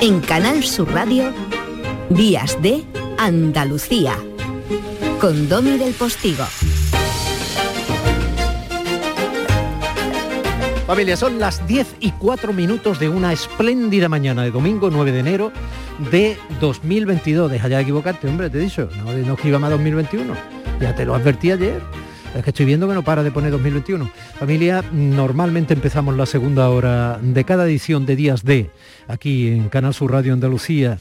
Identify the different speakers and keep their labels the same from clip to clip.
Speaker 1: En Canal Sur Radio, Días de Andalucía, con Domi del Postigo.
Speaker 2: Familia, son las 10:04 de una espléndida mañana de domingo 9 de enero de 2022. Deja ya de equivocarte, hombre, te he dicho. No escriba más 2021. Ya te lo advertí ayer. Es que estoy viendo que no para de poner 2021. Familia, normalmente empezamos la segunda hora de cada edición de Días de, aquí en Canal Sur Radio Andalucía,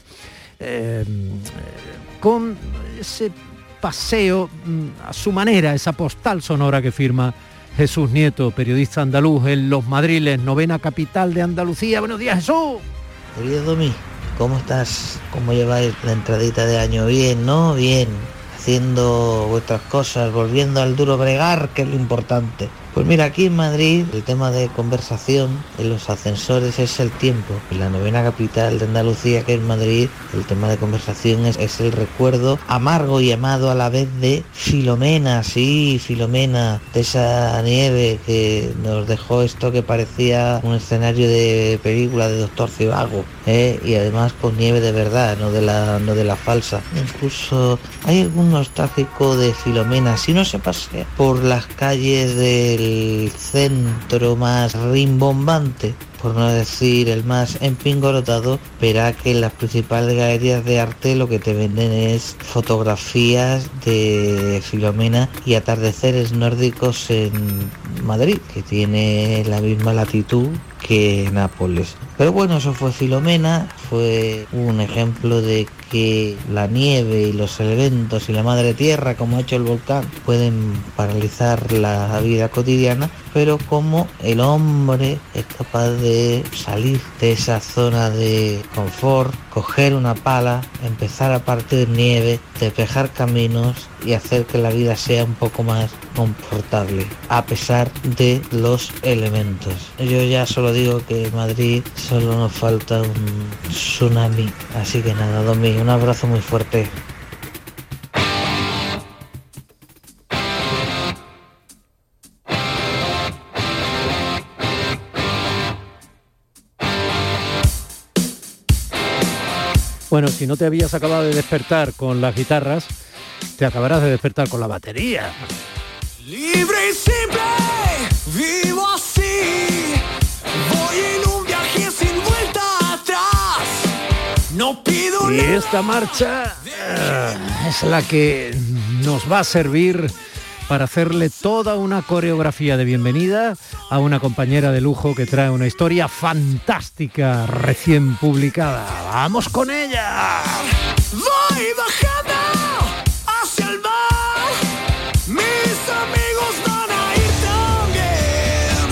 Speaker 2: con ese paseo a su manera, esa postal sonora que firma Jesús Nieto, periodista andaluz en Los Madriles, novena capital de Andalucía. Buenos días, Jesús.
Speaker 3: Querido Domi, ¿cómo estás? ¿Cómo lleváis la entradita de año? Bien, ¿no? Bien. Haciendo vuestras cosas, volviendo al duro bregar, que es lo importante. Pues mira, aquí en Madrid el tema de conversación en los ascensores es el tiempo. En la novena capital de Andalucía, que es Madrid, el tema de conversación es el recuerdo amargo y amado a la vez de Filomena, sí, Filomena, de esa nieve que nos dejó esto que parecía un escenario de película de Doctor Zhivago, y además con nieve de verdad, no de la falsa. Incluso hay algún nostálgico de Filomena. Si no se pasea por las calles del centro más rimbombante, por no decir el más empingorotado, verá que en las principales galerías de arte lo que te venden es fotografías de Filomena y atardeceres nórdicos en Madrid, que tiene la misma latitud que Nápoles. Pero bueno, eso fue Filomena, fue un ejemplo de que la nieve y los elementos y la madre tierra, como ha hecho el volcán, pueden paralizar la vida cotidiana, pero como el hombre es capaz de salir de esa zona de confort, coger una pala, empezar a partir nieve, despejar caminos y hacer que la vida sea un poco más confortable, a pesar de los elementos. Yo ya solo digo que en Madrid solo nos falta un tsunami. Así que nada, Domi, un abrazo muy fuerte.
Speaker 2: Bueno, si no te habías acabado de despertar con las guitarras, te acabarás de despertar con la batería.
Speaker 4: Libre y simple, vivo así, voy en un viaje sin vuelta atrás, no pido
Speaker 2: y
Speaker 4: nada.
Speaker 2: Esta marcha es la que nos va a servir para hacerle toda una coreografía de bienvenida a una compañera de lujo que trae una historia fantástica recién publicada. ¡Vamos con ella!
Speaker 4: Voy bajando hacia el mar, mis amigos van a ir también.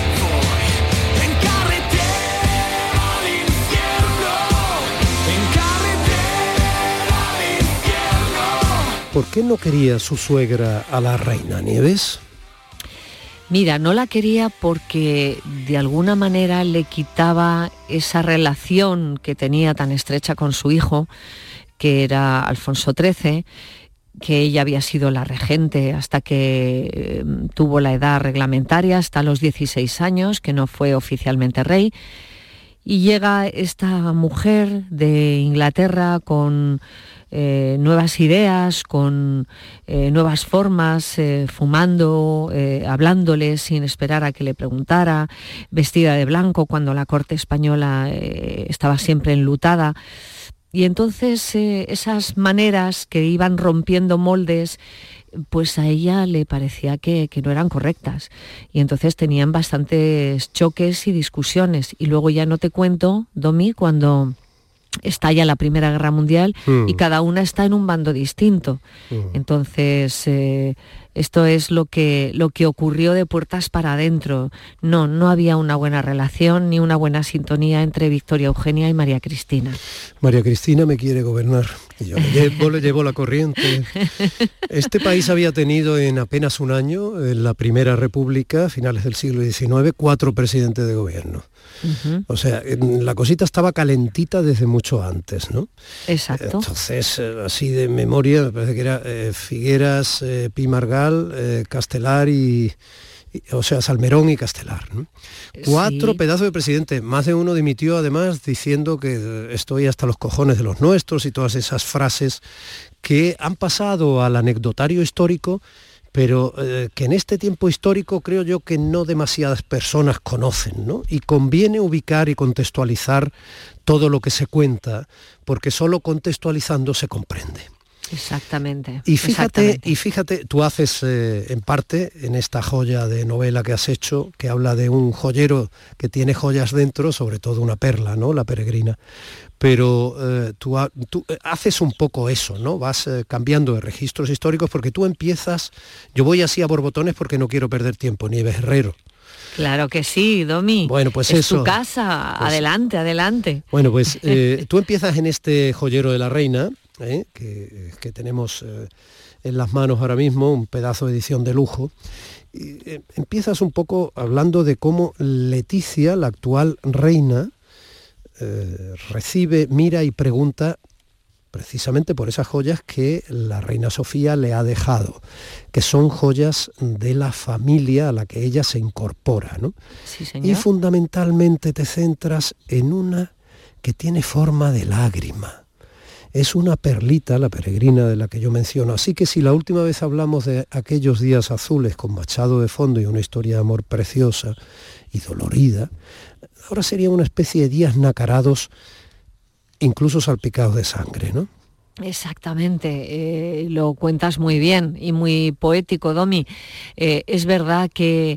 Speaker 4: Voy en carretera al infierno, en carretera al infierno.
Speaker 5: ¿Por qué no quería su suegra a la reina Nieves?
Speaker 6: Mira, no la quería porque de alguna manera le quitaba esa relación que tenía tan estrecha con su hijo, que era Alfonso XIII, que ella había sido la regente hasta que tuvo la edad reglamentaria, hasta los 16 años, que no fue oficialmente rey. Y llega esta mujer de Inglaterra con nuevas ideas, con nuevas formas, fumando, hablándole sin esperar a que le preguntara, vestida de blanco cuando la corte española estaba siempre enlutada. Y entonces esas maneras que iban rompiendo moldes, pues a ella le parecía que no eran correctas. Y entonces tenían bastantes choques y discusiones. Y luego ya no te cuento, Domi, cuando estalla la Primera Guerra Mundial y cada una está en un bando distinto. Entonces esto es lo que ocurrió de puertas para adentro. No había una buena relación ni una buena sintonía entre Victoria Eugenia y María Cristina.
Speaker 5: María Cristina me quiere gobernar y yo le llevo la corriente. Este país había tenido en apenas un año, en la Primera República, a finales del siglo XIX, 4 presidentes de gobierno. O sea, la cosita estaba calentita desde mucho antes, ¿no?
Speaker 6: Exacto.
Speaker 5: Entonces, así de memoria, me parece que era Figueras, Pi Margall, Castelar y o sea, Salmerón y Castelar, ¿no? 4
Speaker 6: Sí.
Speaker 5: pedazos de presidente, más de uno dimitió además diciendo que estoy hasta los cojones de los nuestros y todas esas frases que han pasado al anecdotario histórico, pero que en este tiempo histórico creo yo que no demasiadas personas conocen, ¿no? Y conviene ubicar y contextualizar todo lo que se cuenta, porque solo contextualizando se comprende.
Speaker 6: Exactamente.
Speaker 5: Y fíjate,
Speaker 6: exactamente.
Speaker 5: tú haces en parte en esta joya de novela que has hecho, que habla de un joyero que tiene joyas dentro, sobre todo una perla, ¿no? La peregrina. Pero tú haces un poco eso, ¿no? Vas cambiando de registros históricos porque tú empiezas, yo voy así a borbotones porque no quiero perder tiempo, Nieves Herrero.
Speaker 6: Claro que sí, Domi.
Speaker 5: Bueno, pues
Speaker 6: es
Speaker 5: eso.
Speaker 6: tu casa,
Speaker 5: Pues,
Speaker 6: adelante, adelante.
Speaker 5: Bueno, pues tú empiezas en este joyero de la reina, que tenemos en las manos ahora mismo, un pedazo de edición de lujo, y empiezas un poco hablando de cómo Leticia, la actual reina, recibe, mira y pregunta precisamente por esas joyas que la reina Sofía le ha dejado, que son joyas de la familia a la que ella se incorpora, ¿no?
Speaker 6: Sí, señor.
Speaker 5: Y fundamentalmente te centras en una que tiene forma de lágrima. Es una perlita, la peregrina de la que yo menciono. Así que si la última vez hablamos de aquellos días azules con Machado de fondo y una historia de amor preciosa y dolorida, ahora sería una especie de días nacarados, incluso salpicados de sangre, ¿no?
Speaker 6: Exactamente, lo cuentas muy bien y muy poético, Domi. Es verdad que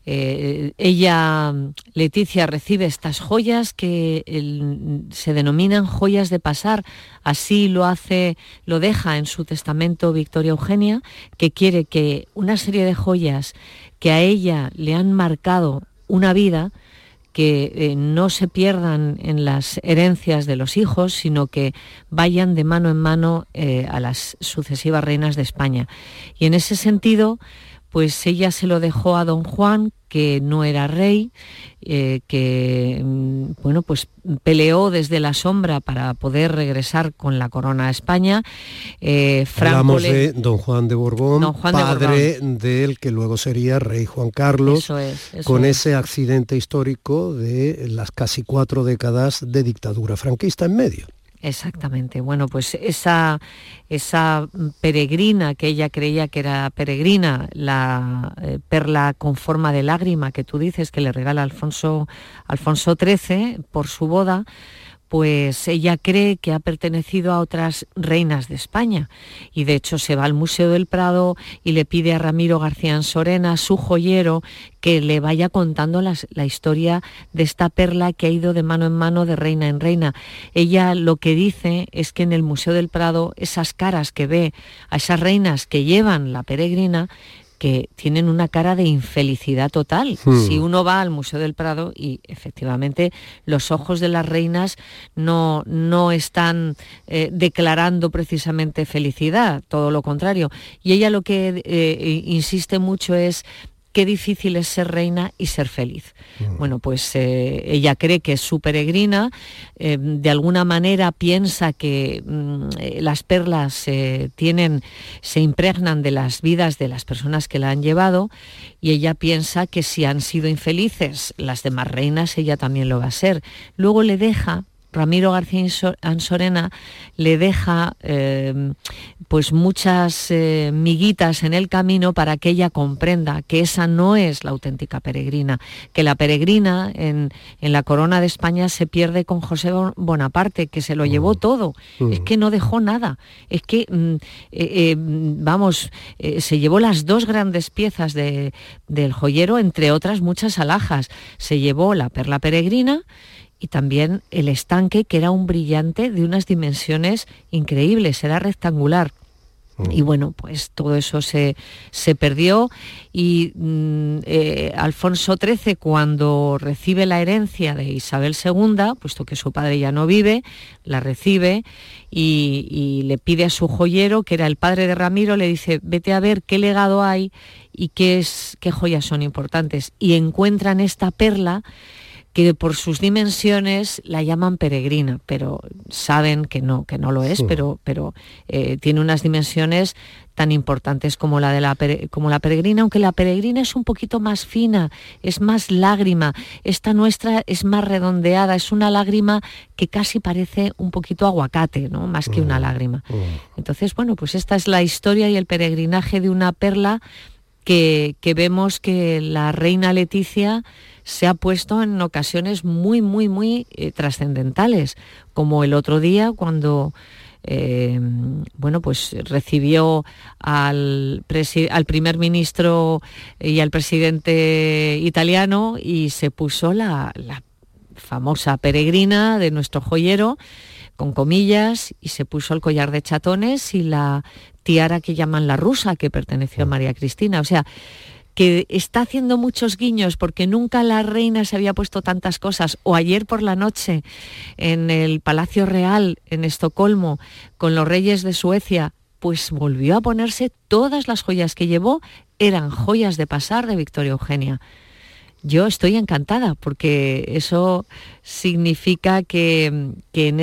Speaker 6: ella, Leticia, recibe estas joyas que se denominan joyas de pasar. Así lo deja en su testamento Victoria Eugenia, que quiere que una serie de joyas que a ella le han marcado una vida, que no se pierdan en las herencias de los hijos, sino que vayan de mano en mano a las sucesivas reinas de España. Y en ese sentido, pues ella se lo dejó a don Juan, que no era rey, que bueno, pues peleó desde la sombra para poder regresar con la corona a España.
Speaker 5: Hablamos de don Juan de Borbón, padre del que luego sería rey Juan Carlos,
Speaker 6: eso es.
Speaker 5: Ese accidente histórico de las casi 4 décadas de dictadura franquista en medio.
Speaker 6: Exactamente. Bueno, pues esa peregrina, que ella creía que era peregrina, la perla con forma de lágrima que tú dices que le regala Alfonso XIII por su boda, pues ella cree que ha pertenecido a otras reinas de España, y de hecho se va al Museo del Prado y le pide a Ramiro García Ansorena, su joyero, que le vaya contando la historia de esta perla que ha ido de mano en mano, de reina en reina. Ella lo que dice es que en el Museo del Prado esas caras que ve a esas reinas que llevan la peregrina, que tienen una cara de infelicidad total. Si uno va al Museo del Prado, y efectivamente los ojos de las reinas no están declarando precisamente felicidad, todo lo contrario. Y ella lo que insiste mucho es qué difícil es ser reina y ser feliz. Bueno, pues ella cree que es su peregrina, de alguna manera piensa que las perlas se impregnan de las vidas de las personas que la han llevado, y ella piensa que si han sido infelices las demás reinas, ella también lo va a ser. Luego le deja, Ramiro García Ansorena le deja pues muchas miguitas en el camino para que ella comprenda que esa no es la auténtica peregrina, que la peregrina en la corona de España se pierde con José Bonaparte, que se lo llevó todo, es que no dejó nada, es que se llevó las 2 grandes piezas del joyero, entre otras muchas alhajas. Se llevó la perla peregrina y también el estanque, que era un brillante de unas dimensiones increíbles, era rectangular. Y bueno, pues todo eso se perdió, y Alfonso XIII, cuando recibe la herencia de Isabel II, puesto que su padre ya no vive, la recibe y le pide a su joyero, que era el padre de Ramiro, le dice: vete a ver qué legado hay y qué joyas son importantes. Y encuentran esta perla que por sus dimensiones la llaman peregrina, pero saben que no lo es, pero tiene unas dimensiones tan importantes como como la peregrina, aunque la peregrina es un poquito más fina, es más lágrima. Esta nuestra es más redondeada, es una lágrima que casi parece un poquito aguacate, ¿no? Más que una lágrima. Entonces, bueno, pues esta es la historia y el peregrinaje de una perla que vemos que la reina Leticia se ha puesto en ocasiones muy, muy, muy trascendentales, como el otro día cuando pues recibió al primer ministro y al presidente italiano y se puso la famosa peregrina de nuestro joyero, con comillas, y se puso el collar de chatones y la tiara que llaman la rusa, que perteneció a María Cristina. O sea, que está haciendo muchos guiños porque nunca la reina se había puesto tantas cosas. O ayer por la noche en el Palacio Real en Estocolmo con los reyes de Suecia, pues volvió a ponerse todas las joyas que llevó, eran joyas de pasar de Victoria Eugenia. Yo estoy encantada porque eso significa que en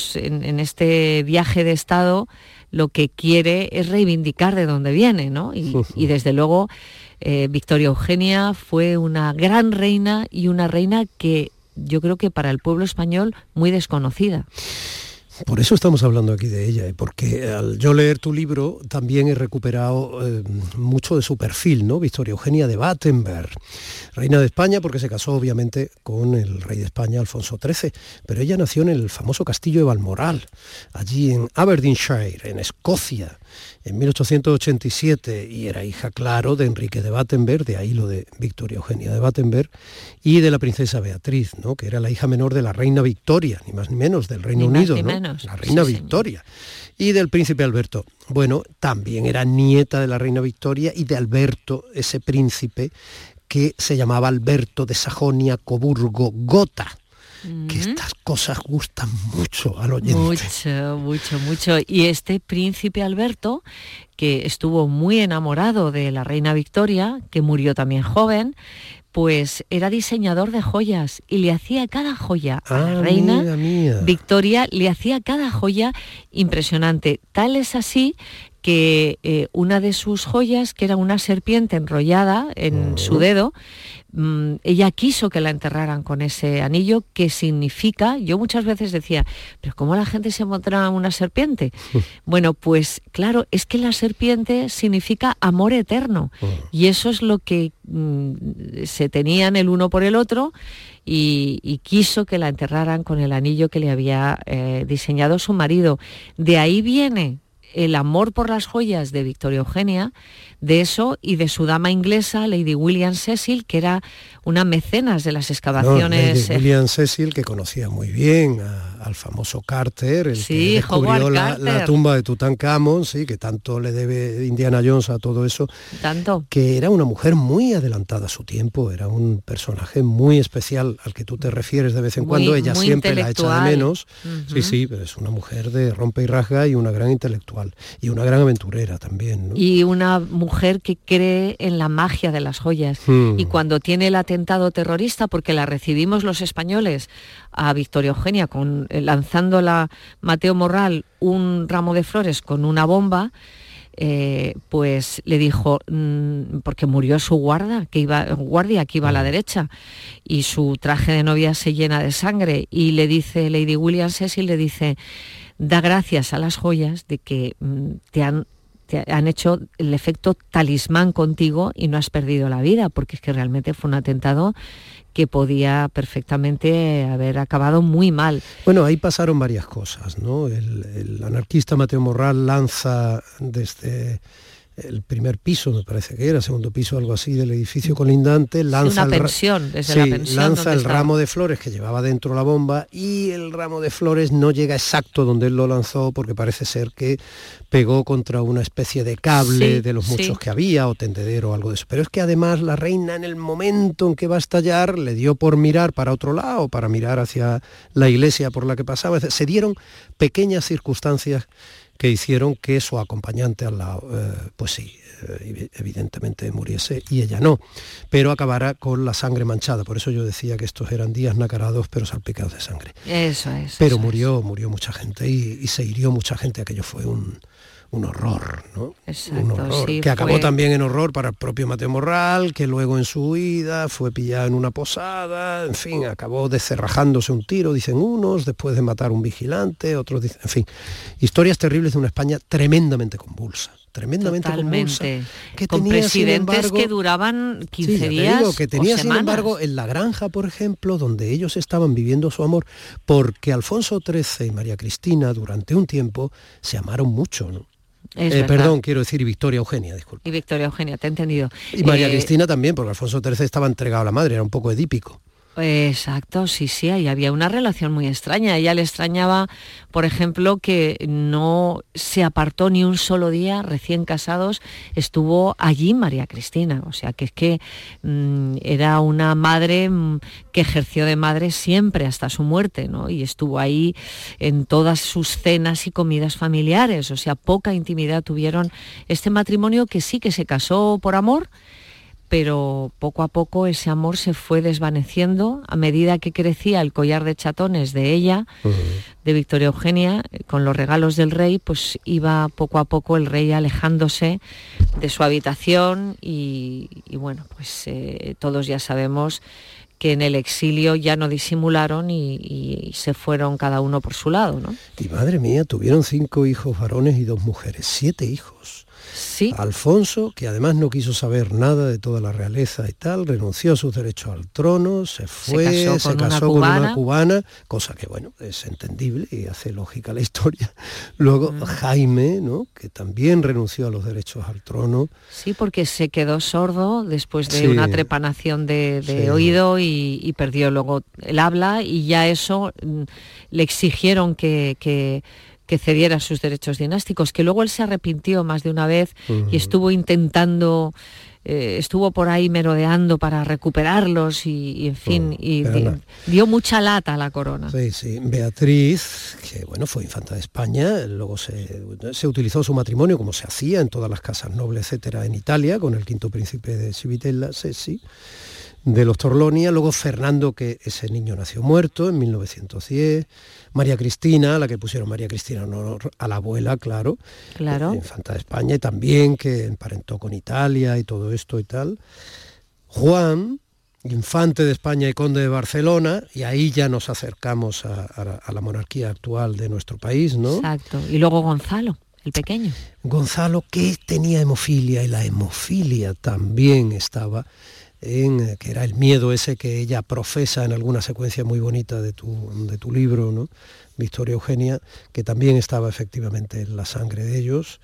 Speaker 6: este viaje de Estado lo que quiere es reivindicar de dónde viene, ¿no? Y desde luego Victoria Eugenia fue una gran reina y una reina que yo creo que para el pueblo español muy desconocida.
Speaker 5: Por eso estamos hablando aquí de ella, porque al yo leer tu libro también he recuperado mucho de su perfil, ¿no? Victoria Eugenia de Battenberg, reina de España porque se casó obviamente con el rey de España, Alfonso XIII, pero ella nació en el famoso castillo de Balmoral, allí en Aberdeenshire, en Escocia, en 1887, y era hija, claro, de Enrique de Battenberg, de ahí lo de Victoria Eugenia de Battenberg, y de la princesa Beatriz, ¿no? Que era la hija menor de la reina Victoria, ni más ni menos, del Reino Unido, ¿no? La reina Victoria. Y del príncipe Alberto. Bueno, también era nieta de la reina Victoria y de Alberto, ese príncipe que se llamaba Alberto de Sajonia-Coburgo-Gotha. Que estas cosas gustan mucho al oyente.
Speaker 6: Mucho. Y este príncipe Alberto, que estuvo muy enamorado de la reina Victoria, que murió también joven, pues era diseñador de joyas y le hacía cada joya a la reina Victoria, le hacía cada joya impresionante. Tal es así que una de sus joyas, que era una serpiente enrollada en su dedo, ella quiso que la enterraran con ese anillo, que significa, yo muchas veces decía, pero ¿cómo la gente se monta una serpiente? Bueno, pues claro, es que la serpiente significa amor eterno, y eso es lo que se tenían el uno por el otro, y quiso que la enterraran con el anillo que le había diseñado su marido. De ahí viene el amor por las joyas de Victoria Eugenia, de eso y de su dama inglesa, Lady William Cecil, que era una mecenas de las excavaciones.
Speaker 5: Lady William Cecil, que conocía muy bien al famoso Carter, el que descubrió la tumba de Tutankamón, sí, que tanto le debe Indiana Jones a todo eso.
Speaker 6: Tanto.
Speaker 5: Que era una mujer muy adelantada a su tiempo, era un personaje muy especial al que tú te refieres de vez en cuando. Ella siempre la echa de menos. Sí, pero es una mujer de rompe y rasga y una gran intelectual. Y una gran aventurera también, ¿no?
Speaker 6: Y una mujer que cree en la magia de las joyas. Y cuando tiene el atentado terrorista, porque la recibimos los españoles a Victoria Eugenia lanzándola Mateo Morral un ramo de flores con una bomba, pues le dijo, porque murió su guardia que iba a la derecha, y su traje de novia se llena de sangre, y le dice Lady William Cecil, le dice, da gracias a las joyas de que te han hecho el efecto talismán contigo y no has perdido la vida, porque es que realmente fue un atentado que podía perfectamente haber acabado muy mal.
Speaker 5: Bueno, ahí pasaron varias cosas, ¿no? El anarquista Mateo Morral lanza desde el primer piso, me parece que era, segundo piso, algo así, del edificio colindante, lanza
Speaker 6: la pensión
Speaker 5: lanza el ramo de flores que llevaba dentro la bomba, y el ramo de flores no llega exacto donde él lo lanzó, porque parece ser que pegó contra una especie de cable de los muchos que había, o tendedero o algo de eso. Pero es que además la reina, en el momento en que va a estallar, le dio por mirar para otro lado, para mirar hacia la iglesia por la que pasaba. Se dieron pequeñas circunstancias que hicieron que su acompañante al lado, pues sí, evidentemente muriese y ella no, pero acabara con la sangre manchada. Por eso yo decía que estos eran días nacarados pero salpicados de sangre.
Speaker 6: Eso es.
Speaker 5: Pero murió mucha gente y se hirió mucha gente. Aquello fue un horror, ¿no?
Speaker 6: Exacto,
Speaker 5: un horror,
Speaker 6: sí,
Speaker 5: que acabó
Speaker 6: fue...
Speaker 5: también en horror para el propio Mateo Morral, que luego en su huida fue pillado en una posada, en fin, acabó descerrajándose un tiro, dicen unos, después de matar a un vigilante, otros dicen, en fin, historias terribles de una España tremendamente convulsa. Convulsa, que
Speaker 6: con
Speaker 5: tenía,
Speaker 6: presidentes
Speaker 5: embargo,
Speaker 6: que duraban 15
Speaker 5: sí,
Speaker 6: días
Speaker 5: digo, que tenía,
Speaker 6: o
Speaker 5: sin
Speaker 6: semanas.
Speaker 5: embargo, en La Granja, por ejemplo, donde ellos estaban viviendo su amor, porque Alfonso XIII y María Cristina durante un tiempo se amaron mucho, ¿no? Perdón, quiero decir Victoria Eugenia, disculpa.
Speaker 6: Y Victoria Eugenia, te he entendido.
Speaker 5: Y María Cristina también, porque Alfonso XIII estaba entregado a la madre, era un poco edípico.
Speaker 6: Exacto, sí, ahí había una relación muy extraña. Ella le extrañaba, por ejemplo, que no se apartó ni un solo día, recién casados, estuvo allí María Cristina. O sea, que es que era una madre que ejerció de madre siempre hasta su muerte, ¿no? Y estuvo ahí en todas sus cenas y comidas familiares. O sea, poca intimidad tuvieron este matrimonio, que sí que se casó por amor, pero poco a poco ese amor se fue desvaneciendo a medida que crecía el collar de chatones de ella, de Victoria Eugenia, con los regalos del rey, pues iba poco a poco el rey alejándose de su habitación y bueno, pues todos ya sabemos que en el exilio ya no disimularon y se fueron cada uno por su lado, ¿no?
Speaker 5: Y madre mía, tuvieron 5 hijos varones y 2 mujeres, 7 hijos.
Speaker 6: Sí.
Speaker 5: Alfonso, que además no quiso saber nada de toda la realeza y tal, renunció a sus derechos al trono, se casó con una cubana, cosa que bueno, es entendible y hace lógica la historia. Luego Jaime, ¿no?, que también renunció a los derechos al trono.
Speaker 6: Sí, porque se quedó sordo después de una trepanación de oído y perdió luego el habla, y ya eso le exigieron que cediera sus derechos dinásticos, que luego él se arrepintió más de una vez y estuvo intentando, estuvo por ahí merodeando para recuperarlos y en fin, dio mucha lata a la corona.
Speaker 5: Sí, Beatriz, que bueno, fue infanta de España, luego se utilizó su matrimonio como se hacía en todas las casas nobles, etcétera, en Italia, con el quinto príncipe de Civitella, de los Torlonia, luego Fernando, que ese niño nació muerto en 1910, María Cristina, la que pusieron María Cristina en honor a la abuela, claro, infanta de España, y también que emparentó con Italia y todo esto y tal. Juan, infante de España y conde de Barcelona, y ahí ya nos acercamos a la monarquía actual de nuestro país, ¿no?
Speaker 6: Exacto, y luego Gonzalo, el pequeño.
Speaker 5: Gonzalo, que tenía hemofilia, y la hemofilia también estaba que era el miedo ese que ella profesa en alguna secuencia muy bonita de tu libro, ¿no?, Victoria Eugenia, que también estaba efectivamente en la sangre de ellos,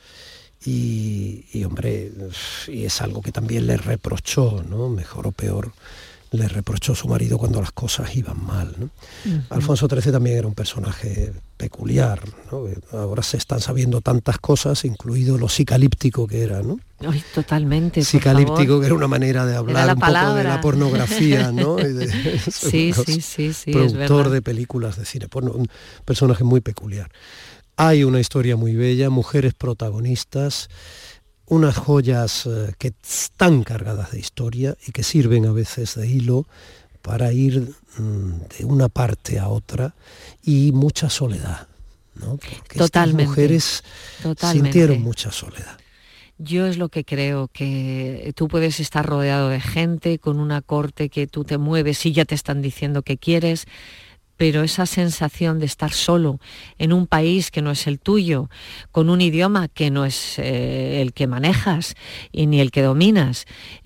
Speaker 5: y hombre, y es algo que también le reprochó, ¿no?, mejor o peor, le reprochó su marido cuando las cosas iban mal, ¿no? Alfonso XIII también era un personaje peculiar, ¿no? Ahora se están sabiendo tantas cosas, incluido lo psicalíptico que era, ¿no?
Speaker 6: Ay, totalmente.
Speaker 5: Psicalíptico, que era una manera de hablar un poco de la pornografía, ¿no?
Speaker 6: Sí,
Speaker 5: productor de películas de cine porno, un personaje muy peculiar. Hay una historia muy bella, mujeres protagonistas, unas joyas que están cargadas de historia y que sirven a veces de hilo para ir de una parte a otra, y mucha soledad, ¿no? Porque estas mujeres sintieron mucha soledad.
Speaker 6: Yo es lo que creo, que tú puedes estar rodeado de gente, con una corte que tú te mueves y ya te están diciendo que quieres, pero esa sensación de estar solo en un país que no es el tuyo, con un idioma que no es el que manejas y ni el que dominas,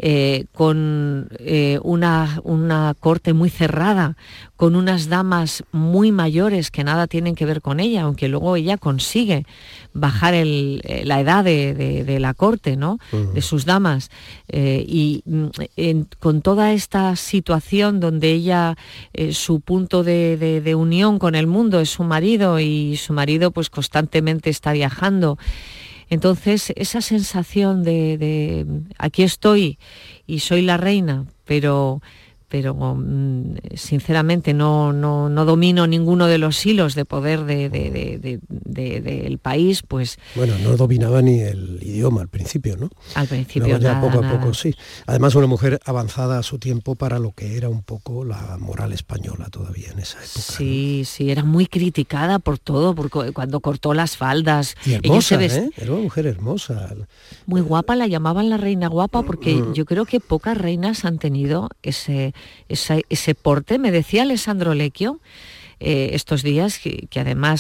Speaker 6: con una corte muy cerrada, con unas damas muy mayores que nada tienen que ver con ella, aunque luego ella consigue bajar la edad de la corte, ¿no?, de sus damas, con toda esta situación donde ella, su punto de unión con el mundo es su marido, y su marido pues constantemente está viajando. Entonces esa sensación de aquí estoy y soy la reina, pero sinceramente no domino ninguno de los hilos de poder del país, pues...
Speaker 5: Bueno, no dominaba ni el idioma al principio, ¿no?
Speaker 6: Al principio
Speaker 5: ya
Speaker 6: nada,
Speaker 5: poco a poco sí. Además, una mujer avanzada a su tiempo para lo que era un poco la moral española todavía en esa época.
Speaker 6: Sí,
Speaker 5: ¿no?
Speaker 6: sí, era muy criticada por todo, porque cuando cortó las faldas...
Speaker 5: Y hermosa, era una mujer hermosa.
Speaker 6: Muy guapa, la llamaban la reina guapa, porque yo creo que pocas reinas han tenido ese porte. Me decía Alessandro Lecchio estos días que además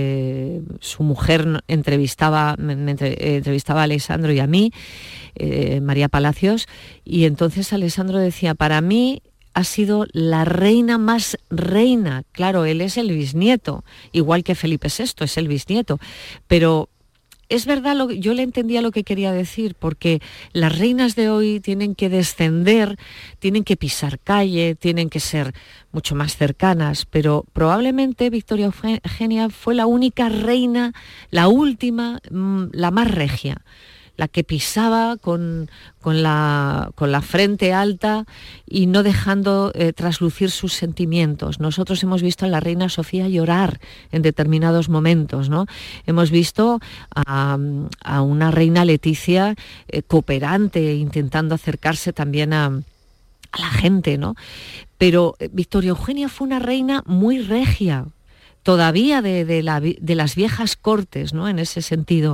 Speaker 6: su mujer entrevistaba a Alessandro y a mí, María Palacios, y entonces Alessandro decía, para mí ha sido la reina más reina. Claro, él es el bisnieto, igual que Felipe VI es el bisnieto, pero es verdad, yo le entendía lo que quería decir, porque las reinas de hoy tienen que descender, tienen que pisar calle, tienen que ser mucho más cercanas, pero probablemente Victoria Eugenia fue la única reina, la última, la más regia, la que pisaba con la frente alta y no dejando traslucir sus sentimientos. Nosotros hemos visto a la reina Sofía llorar en determinados momentos, ¿no? Hemos visto a una reina Leticia cooperante, intentando acercarse también a la gente, ¿no? Pero Victoria Eugenia fue una reina muy regia, todavía de las viejas cortes, ¿no? En ese sentido,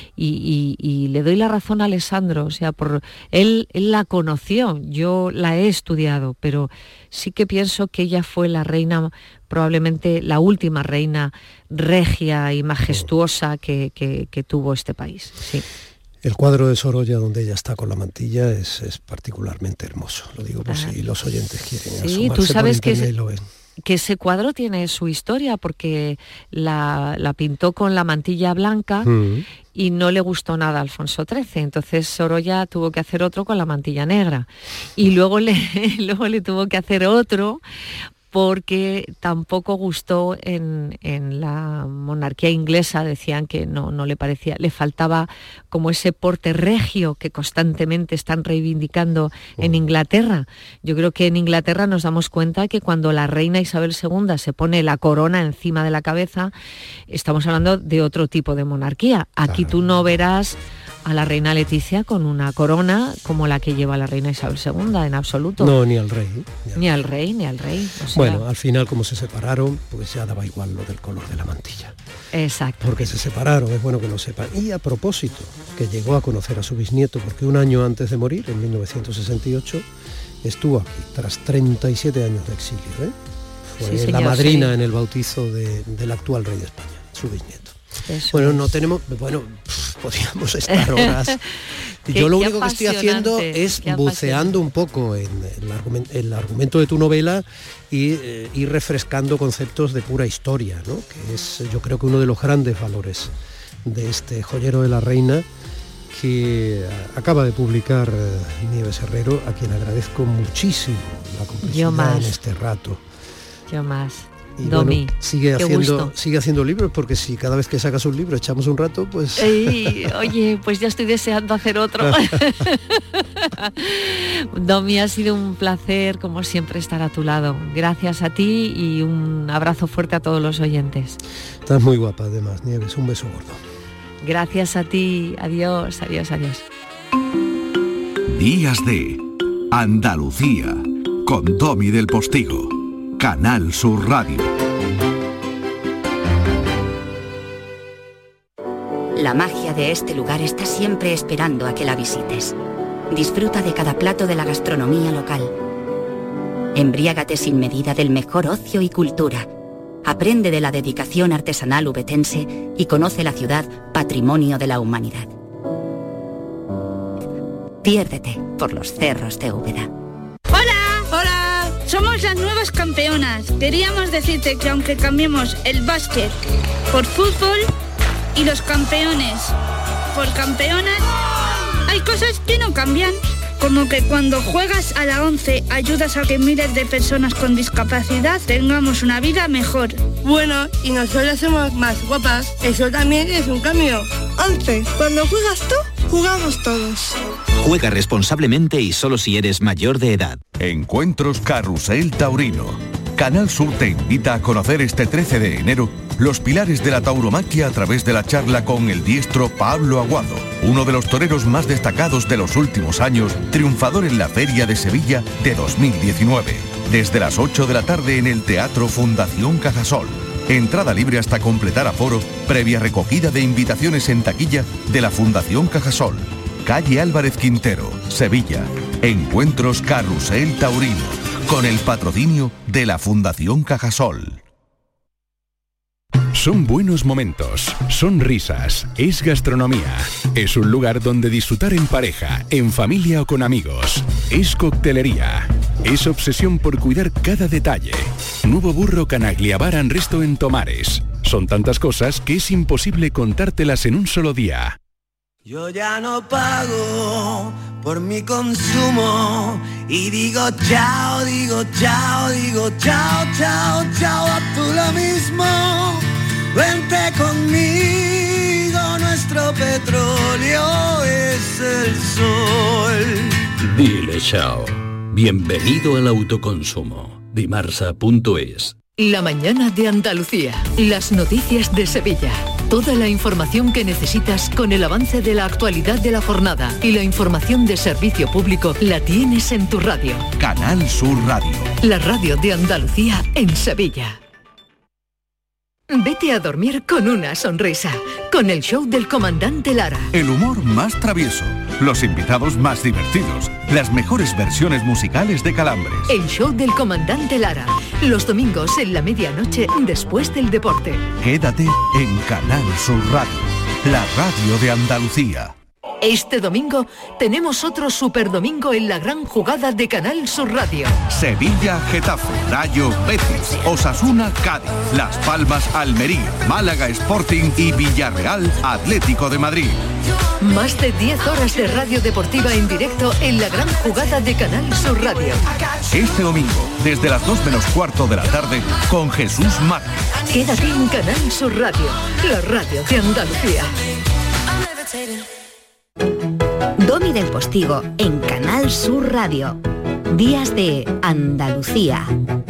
Speaker 6: y le doy la razón a Alessandro, o sea, él la conoció, yo la he estudiado, pero sí que pienso que ella fue la reina, probablemente la última reina regia y majestuosa que tuvo este país, sí.
Speaker 5: El cuadro de Sorolla donde ella está con la mantilla es particularmente hermoso, lo digo por si los oyentes quieren
Speaker 6: sí,
Speaker 5: asomarse
Speaker 6: tú sabes
Speaker 5: por internet y lo ven.
Speaker 6: Que ese cuadro tiene su historia, porque la pintó con la mantilla blanca y no le gustó nada a Alfonso XIII, entonces Sorolla tuvo que hacer otro con la mantilla negra y luego le tuvo que hacer otro porque tampoco gustó en la monarquía inglesa, decían que no le parecía, le faltaba como ese porte regio que constantemente están reivindicando en Inglaterra. Yo creo que en Inglaterra nos damos cuenta que cuando la reina Isabel II se pone la corona encima de la cabeza, estamos hablando de otro tipo de monarquía. Aquí tú no verás a la reina Leticia con una corona como la que lleva la reina Isabel II, en absoluto.
Speaker 5: No, ni al rey.
Speaker 6: Ni al rey. O sea,
Speaker 5: bueno, al final, como se separaron, pues ya daba igual lo del color de la mantilla.
Speaker 6: Exacto.
Speaker 5: Porque se separaron, es bueno que lo sepan. Y a propósito, que llegó a conocer a su bisnieto, porque un año antes de morir, en 1968, estuvo aquí, tras 37 años de exilio. Fue sí, señor, la madrina en el bautizo del actual rey de España, su bisnieto. Eso bueno, no tenemos... Bueno, podríamos estar horas. Yo lo único que estoy haciendo es buceando un poco en el argumento de tu novela y ir refrescando conceptos de pura historia, ¿no? Que es, yo creo que uno de los grandes valores de este joyero de la reina que acaba de publicar Nieves Herrero, a quien agradezco muchísimo la complicidad en este rato.
Speaker 6: Yo más.
Speaker 5: Y
Speaker 6: Domi,
Speaker 5: bueno, sigue haciendo libros, porque si cada vez que sacas un libro echamos un rato, pues...
Speaker 6: Oye, pues ya estoy deseando hacer otro. Domi, ha sido un placer, como siempre, estar a tu lado. Gracias a ti y un abrazo fuerte a todos los oyentes.
Speaker 5: Estás muy guapa, además, Nieves. Un beso gordo.
Speaker 6: Gracias a ti. Adiós, adiós, adiós.
Speaker 7: Días de Andalucía, con Domi del Postigo. Canal Sur Radio.
Speaker 8: La magia de este lugar está siempre esperando a que la visites. Disfruta de cada plato de la gastronomía local. Embriágate sin medida del mejor ocio y cultura. Aprende de la dedicación artesanal ubetense y conoce la ciudad patrimonio de la humanidad. Piérdete por los cerros de Úbeda.
Speaker 9: Somos las nuevas campeonas. Queríamos decirte que aunque cambiemos el básquet por fútbol y los campeones por campeonas, hay cosas que no cambian. Como que cuando juegas a la 11 ayudas a que miles de personas con discapacidad tengamos una vida mejor.
Speaker 10: Bueno, y nosotros somos más guapas. Eso también es un cambio.
Speaker 11: 11. Cuando juegas tú,
Speaker 9: Jugamos todos.
Speaker 10: Juega responsablemente y solo si eres mayor de edad.
Speaker 7: Encuentros Carrusel Taurino. Canal Sur te invita a conocer este 13 de enero los pilares de la tauromaquia a través de la charla con el diestro Pablo Aguado, uno de los toreros más destacados de los últimos años, triunfador en la Feria de Sevilla de 2019. Desde las 8 de la tarde en el Teatro Fundación Cajasol. Entrada libre hasta completar aforo, previa recogida de invitaciones en taquilla de la Fundación Cajasol. Calle Álvarez Quintero, Sevilla. Encuentros Carrusel Taurino, con el patrocinio de la Fundación Cajasol.
Speaker 11: Son buenos momentos, son risas, es gastronomía. Es un lugar donde disfrutar en pareja, en familia o con amigos. Es coctelería. Es obsesión por cuidar cada detalle. Nuevo Burro Canaglia Bar and Resto en Tomares. Son tantas cosas que es imposible contártelas en un solo día.
Speaker 4: Yo ya no pago por mi consumo y digo chao, digo chao, digo chao, chao, chao, a tú lo mismo. Vente conmigo, nuestro petróleo es el sol.
Speaker 12: Dile chao. Bienvenido al autoconsumo. Dimarsa.es.
Speaker 13: La mañana de Andalucía. Las noticias de Sevilla. Toda la información que necesitas con el avance de la actualidad de la jornada y la información de servicio público la tienes en tu radio.
Speaker 7: Canal Sur Radio.
Speaker 13: La radio de Andalucía en Sevilla. Vete a dormir con una sonrisa, con el show del comandante Lara.
Speaker 7: El humor más travieso, los invitados más divertidos, las mejores versiones musicales de Calambres.
Speaker 13: El show del comandante Lara, los domingos en la medianoche después del deporte.
Speaker 7: Quédate en Canal Sur Radio, la radio de Andalucía.
Speaker 13: Este domingo tenemos otro superdomingo en la gran jugada de Canal Sur Radio.
Speaker 7: Sevilla, Getafe, Rayo, Betis, Osasuna, Cádiz, Las Palmas, Almería, Málaga, Sporting y Villarreal, Atlético de Madrid.
Speaker 13: Más de 10 horas de radio deportiva en directo en la gran jugada de Canal Sur Radio.
Speaker 7: Este domingo, desde las 2 menos cuarto de la tarde, con Jesús Márquez.
Speaker 13: Quédate en Canal Sur Radio, la radio de Andalucía.
Speaker 1: Domi del Postigo en Canal Sur Radio. Días de Andalucía.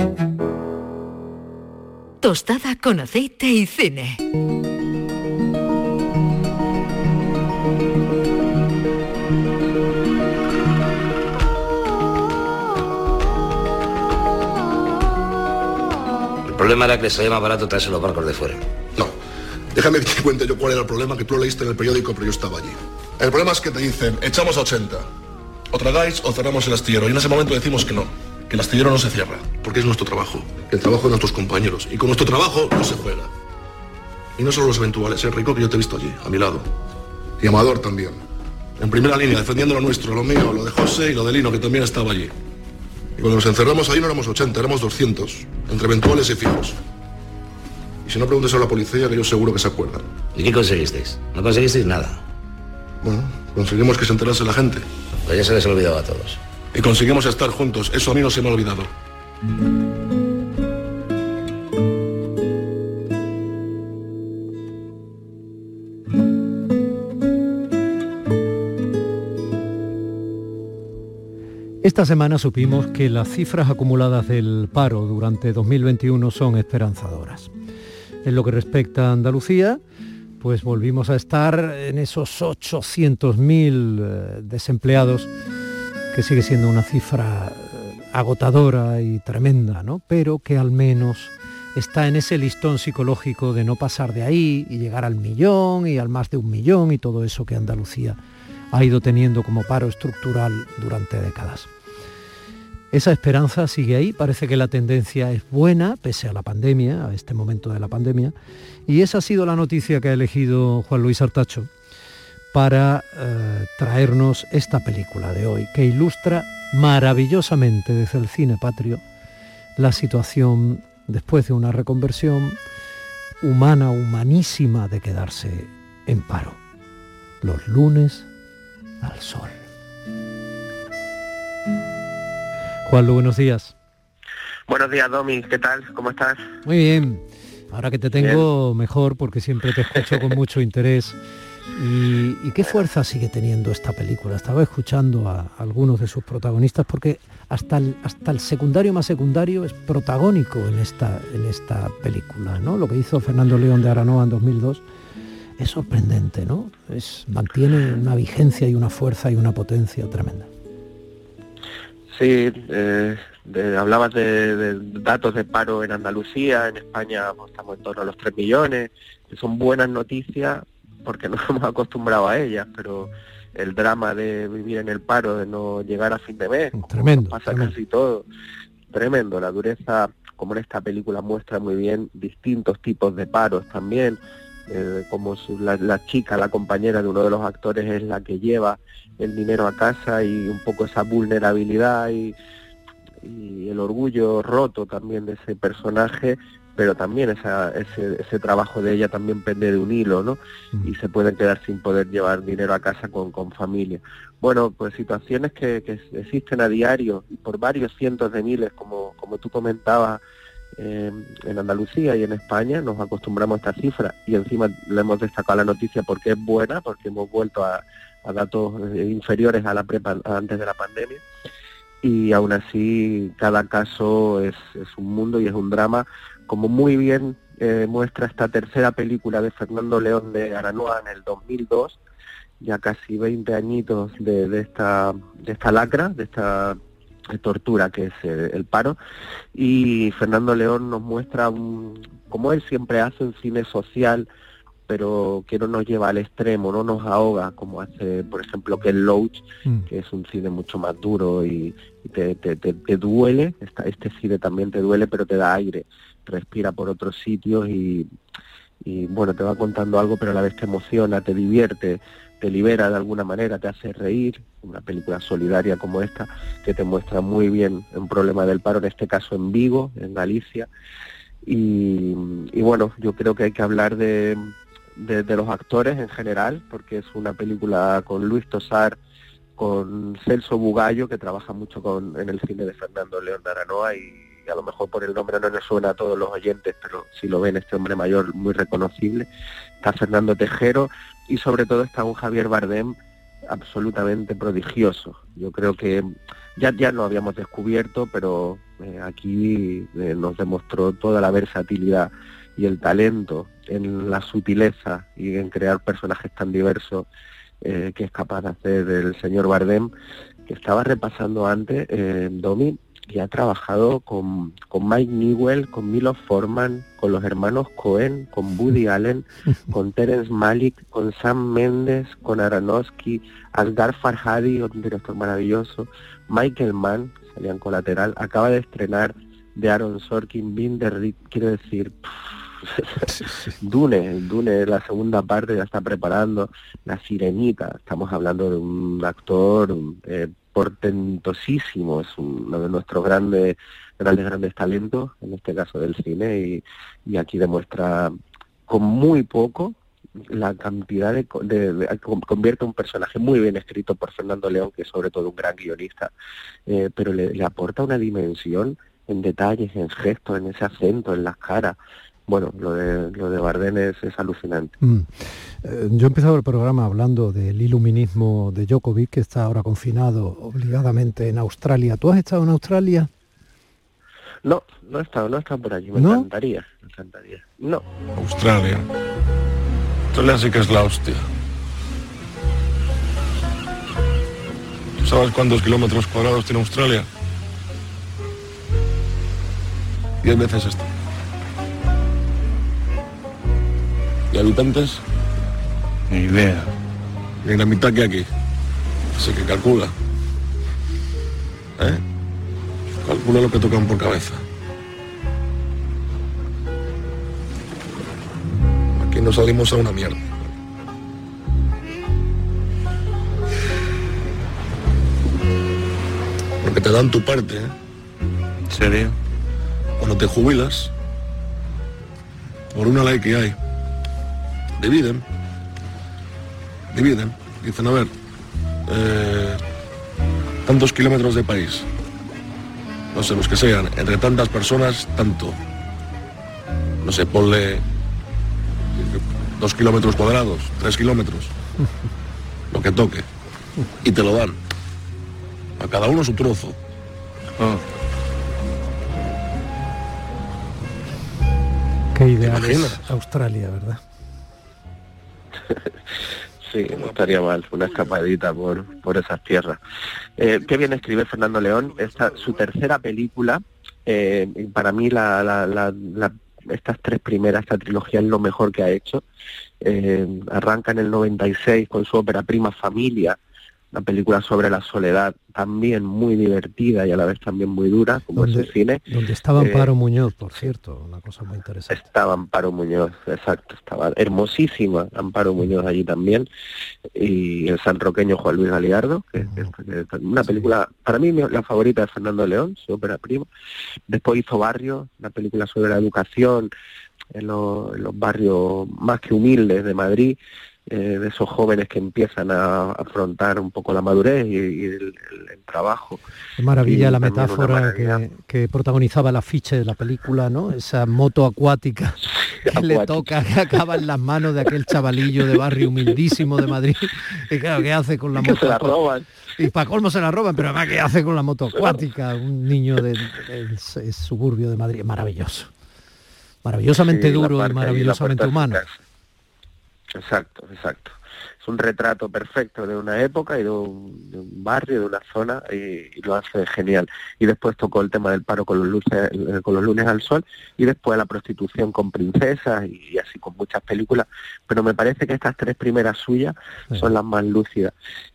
Speaker 13: Tostada con aceite y cine.
Speaker 14: El problema era que les salía más barato traerse los barcos de fuera.
Speaker 15: No, déjame que te cuente yo cuál era el problema, que tú lo leíste en el periódico, pero yo estaba allí. El problema es que te dicen, echamos a 80. O tragáis o cerramos el astillero. Y en ese momento decimos que no, que el astillero no se cierra, porque es nuestro trabajo, el trabajo de nuestros compañeros. Y con nuestro trabajo no se juega. Y no solo los eventuales, Rico, que yo te he visto allí, a mi lado. Y Amador también. En primera línea, defendiendo lo nuestro, lo mío, lo de José y lo de Lino, que también estaba allí. Y cuando nos encerramos ahí no éramos 80, éramos 200, entre eventuales y fijos. Y si no, preguntes a la policía, que yo seguro que se acuerdan.
Speaker 14: ¿Y qué conseguisteis? No conseguisteis nada.
Speaker 15: Bueno, conseguimos que se enterase la gente.
Speaker 14: Pues ya se les ha olvidado a todos.
Speaker 15: Y conseguimos estar juntos, eso a mí no se me ha olvidado.
Speaker 2: Esta semana supimos que las cifras acumuladas del paro durante 2021 son esperanzadoras. En lo que respecta a Andalucía, pues volvimos a estar en esos 800.000 desempleados, que sigue siendo una cifra agotadora y tremenda, ¿no? Pero que al menos está en ese listón psicológico de no pasar de ahí y llegar al 1.000.000 y al más de 1.000.000 y todo eso que Andalucía ha ido teniendo como paro estructural durante décadas. Esa esperanza sigue ahí, parece que la tendencia es buena, pese a la pandemia, a este momento de la pandemia, y esa ha sido la noticia que ha elegido Juan Luis Artacho para traernos esta película de hoy, que ilustra maravillosamente desde el cine patrio la situación después de una reconversión humana, humanísima, de quedarse en paro. Los lunes al sol. Juanlu, buenos días.
Speaker 16: Buenos días, Domi, ¿qué tal? ¿Cómo estás?
Speaker 2: Muy bien. Ahora que te tengo mejor, porque siempre te escucho con mucho interés ¿Y qué fuerza sigue teniendo esta película? Estaba escuchando a algunos de sus protagonistas porque hasta el secundario más secundario es protagónico en esta película, ¿no? Lo que hizo Fernando León de Aranoa en 2002 es sorprendente, ¿no? Mantiene una vigencia y una fuerza y una potencia tremenda.
Speaker 16: Sí, hablabas de datos de paro en Andalucía, en España pues, estamos en torno a los 3 millones, que son buenas noticias porque nos hemos acostumbrado a ellas, pero el drama de vivir en el paro, de no llegar a fin de mes,
Speaker 2: tremendo,
Speaker 16: pasa
Speaker 2: tremendo.
Speaker 16: Casi todo, tremendo. La dureza, como en esta película muestra muy bien, distintos tipos de paros también, como la chica, la compañera de uno de los actores es la que lleva el dinero a casa y un poco esa vulnerabilidad y el orgullo roto también de ese personaje, pero también ese trabajo de ella también pende de un hilo, ¿no? Y se pueden quedar sin poder llevar dinero a casa con familia. Bueno, pues situaciones que existen a diario y por varios cientos de miles, como tú comentabas, en Andalucía y en España nos acostumbramos a esta cifra y encima le hemos destacado la noticia porque es buena, porque hemos vuelto a datos inferiores a antes de la pandemia, y aún así cada caso es un mundo y es un drama, como muy bien muestra esta tercera película de Fernando León de Aranoa en el 2002, ya casi 20 añitos de esta lacra, de esta tortura que es el paro, y Fernando León nos muestra como él siempre hace, un cine social, pero que no nos lleva al extremo, no nos ahoga como hace, por ejemplo, Ken Loach, que es un cine mucho más duro y te duele. Este cine también te duele, pero te da aire, respira por otros sitios y bueno, te va contando algo, pero a la vez te emociona, te divierte, te libera de alguna manera, te hace reír. Una película solidaria como esta, que te muestra muy bien un problema del paro, en este caso en Vigo, en Galicia. Y bueno, yo creo que hay que hablar de los actores en general, porque es una película con Luis Tosar, con Celso Bugallo, que trabaja mucho en el cine de Fernando León de Aranoa, y a lo mejor por el nombre no nos suena a todos los oyentes, pero si lo ven, este hombre mayor muy reconocible. Está Fernando Tejero y sobre todo está un Javier Bardem absolutamente prodigioso. Yo creo que ya lo habíamos descubierto, pero aquí nos demostró toda la versatilidad y el talento en la sutileza y en crear personajes tan diversos que es capaz de hacer el señor Bardem, que estaba repasando antes, Domi, y ha trabajado con Mike Newell, con Milos Forman, con los hermanos Cohen, con Woody Allen, con Terence Malick, con Sam Mendes, con Aronofsky, Asghar Farhadi, un director maravilloso, Michael Mann, que salía en Colateral, acaba de estrenar de Aaron Sorkin, Binder, quiero decir, Dune, la segunda parte ya está preparando, La Sirenita, estamos hablando de un actor portentosísimo, es uno de nuestros grandes talentos, en este caso del cine, y aquí demuestra con muy poco la cantidad convierte un personaje muy bien escrito por Fernando León, que es sobre todo un gran guionista, pero le aporta una dimensión en detalles, en gestos, en ese acento, en las caras. Bueno, lo de Bardem es alucinante.
Speaker 2: Yo he empezado el programa hablando del iluminismo de Djokovic, que está ahora confinado obligadamente en Australia. ¿Tú has estado en Australia?
Speaker 16: No he estado por allí, me encantaría. No.
Speaker 15: Australia sí que es la hostia. ¿Tú sabes cuántos kilómetros cuadrados tiene Australia? 10 veces esto. ¿Y habitantes? Ni idea. Ni la mitad que aquí. Así que calcula. Calcula lo que tocan por cabeza. Aquí nos salimos a una mierda. Porque te dan tu parte, ¿En serio? Cuando te jubilas, por una ley que hay, dividen. Dicen, a ver, tantos kilómetros de país, no sé, los que sean, entre tantas personas, tanto. No sé, ponle 2 kilómetros cuadrados, 3 kilómetros, lo que toque, y te lo dan. A cada uno su trozo.
Speaker 5: Qué ideal es Australia, ¿verdad?
Speaker 16: Sí, no estaría mal, una escapadita por esas tierras. Qué bien escribe Fernando León. Su tercera película, para mí estas tres primeras, esta trilogía es lo mejor que ha hecho. Arranca en el 96 con su ópera prima Familia, una película sobre la soledad, también muy divertida y a la vez también muy dura, como es el cine.
Speaker 5: Donde estaba Amparo Muñoz, por cierto, una cosa muy interesante.
Speaker 16: Estaba Amparo Muñoz, exacto, estaba hermosísima Amparo Muñoz allí también, y el sanroqueño Juan Luis Galiardo, que es una película, para mí la favorita de Fernando León, su ópera prima. Después hizo Barrio, una película sobre la educación en los barrios más que humildes de Madrid, de esos jóvenes que empiezan a afrontar un poco la madurez y el trabajo.
Speaker 5: Qué maravilla la metáfora que protagonizaba el afiche de la película, ¿no? Esa moto acuática que le toca, que acaba en las manos de aquel chavalillo de barrio humildísimo de Madrid. Y claro, ¿qué hace con la moto?
Speaker 16: Se la roban.
Speaker 5: Y para colmo se la roban, pero además, ¿qué hace con la moto acuática? Un niño del suburbio de Madrid. Maravilloso. Maravillosamente duro y maravillosamente humano.
Speaker 16: Exacto. Es un retrato perfecto de una época y de un barrio, de una zona, y lo hace genial. Y después tocó el tema del paro con los lunes al sol, y después la prostitución con Princesas, y así con muchas películas. Pero me parece que estas tres primeras suyas son las más lúcidas.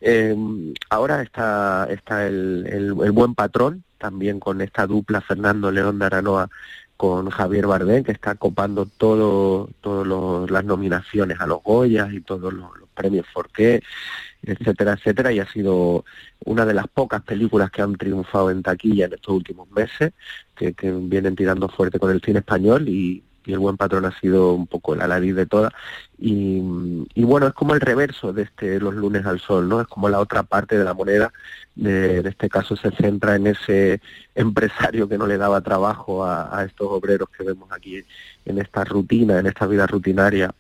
Speaker 16: Ahora está el Buen Patrón, también con esta dupla Fernando León de Aranoa con Javier Bardem, que está copando todas las nominaciones a los Goyas y todos los premios Forqué, etcétera, y ha sido una de las pocas películas que han triunfado en taquilla en estos últimos meses, que vienen tirando fuerte con el cine español, y El Buen Patrón ha sido un poco la nariz de todas, y bueno, es como el reverso de Los lunes al sol, ¿no? Es como la otra parte de la moneda. De este caso se centra en ese empresario que no le daba trabajo a estos obreros que vemos aquí en esta rutina, en esta vida rutinaria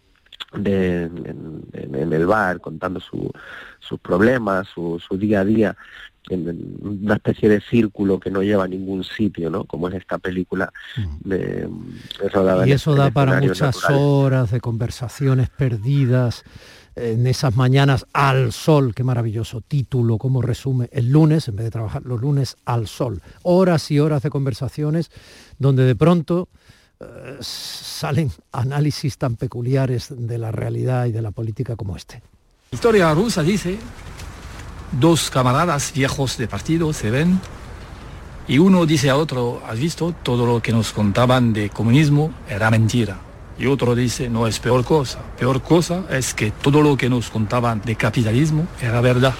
Speaker 16: en el bar, contando sus problemas, su día a día, en una especie de círculo que no lleva a ningún sitio, ¿no? Como es esta película rodada.
Speaker 5: Y eso da para muchas horas de conversaciones perdidas en esas mañanas al sol. Qué maravilloso título, cómo resume el lunes, en vez de trabajar los lunes al sol. Horas y horas de conversaciones donde de pronto salen análisis tan peculiares de la realidad y de la política como este.
Speaker 17: La historia rusa dice: dos camaradas viejos de partido se ven y uno dice a otro: ¿has visto? Todo lo que nos contaban de comunismo era mentira. Y otro dice: no, es peor cosa. Peor cosa es que todo lo que nos contaban de capitalismo era verdad.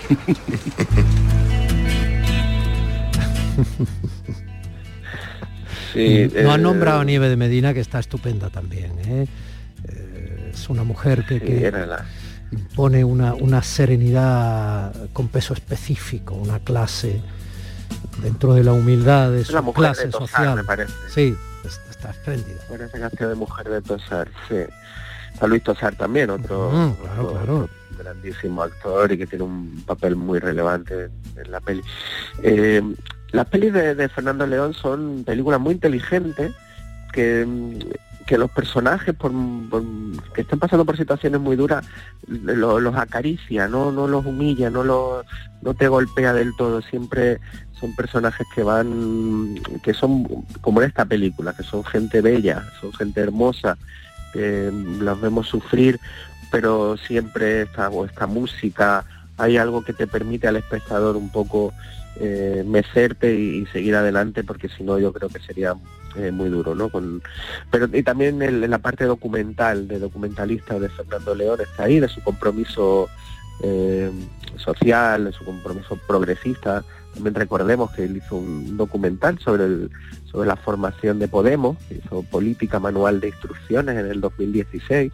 Speaker 5: Sí, no han nombrado a Nieve de Medina, que está estupenda también, ¿eh? Es una mujer que impone una serenidad con peso específico, una clase dentro de la humildad de su clase
Speaker 16: de Tosar,
Speaker 5: social.
Speaker 16: Me parece.
Speaker 5: Sí, está espléndida.
Speaker 16: Parece canción de Mujer de Tosar, sí. Está Luis Tosar también, otro grandísimo actor y que tiene un papel muy relevante en la peli. Las pelis de Fernando León son películas muy inteligentes que los personajes, que están pasando por situaciones muy duras, los acaricia, no los humilla, no te golpea del todo. Siempre son personajes que son como en esta película, que son gente bella, son gente hermosa, que las vemos sufrir, pero siempre esta música, hay algo que te permite al espectador un poco mecerte y seguir adelante, porque si no yo creo que sería muy duro, ¿no? Y también en la parte documental, de documentalista de Fernando León está ahí, de su compromiso social, de su compromiso progresista. También recordemos que él hizo un documental sobre la formación de Podemos, hizo Política Manual de Instrucciones en el 2016,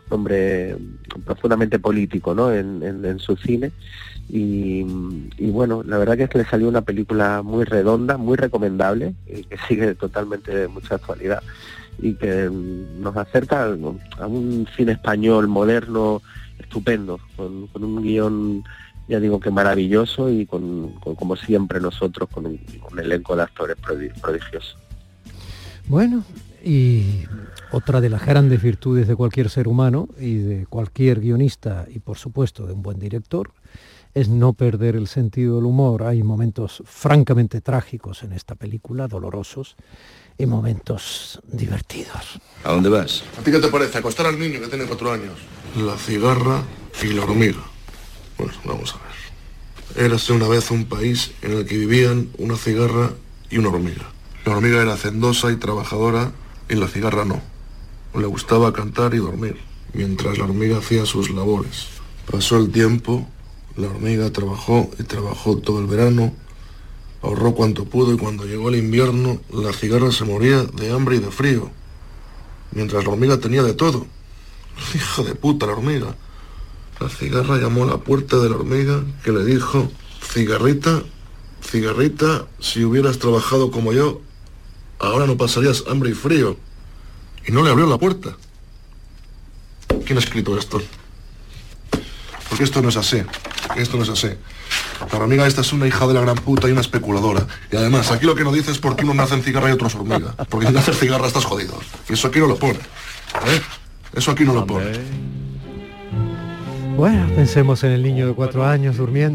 Speaker 16: hombre profundamente político, ¿no? en su cine. Y bueno, la verdad que le salió una película muy redonda, muy recomendable, y que sigue totalmente de mucha actualidad y que nos acerca a un cine español moderno, estupendo, con un guión, ya digo que maravilloso, y con como siempre nosotros, con un elenco de actores prodigioso.
Speaker 2: Bueno, y otra de las grandes virtudes de cualquier ser humano y de cualquier guionista, y por supuesto de un buen director, es no perder el sentido del humor. Hay momentos francamente trágicos en esta película, dolorosos, y momentos divertidos.
Speaker 15: ¿A dónde vas? ¿A ti qué te parece? Acostar al niño que tiene 4 años. La cigarra y la hormiga. Bueno, vamos a ver. Érase una vez un país en el que vivían una cigarra y una hormiga. La hormiga era hacendosa y trabajadora, y la cigarra no. Le gustaba cantar y dormir, mientras la hormiga hacía sus labores. Pasó el tiempo, la hormiga trabajó y trabajó todo el verano, ahorró cuanto pudo, y cuando llegó el invierno, la cigarra se moría de hambre y de frío, mientras la hormiga tenía de todo. Hija de puta la hormiga. La cigarra llamó a la puerta de la hormiga, que le dijo: cigarrita, cigarrita, si hubieras trabajado como yo, ahora no pasarías hambre y frío. Y no le abrió la puerta. ¿Quién ha escrito esto? Porque esto no es así. Esto no es así. La hormiga esta es una hija de la gran puta y una especuladora. Y además, aquí lo que no dice es por qué unos nacen cigarra y otros hormiga. Porque si naces cigarra estás jodido. Y eso aquí no lo pone. Eso aquí no lo pone.
Speaker 2: Bueno, pensemos en el niño de 4 años durmiendo.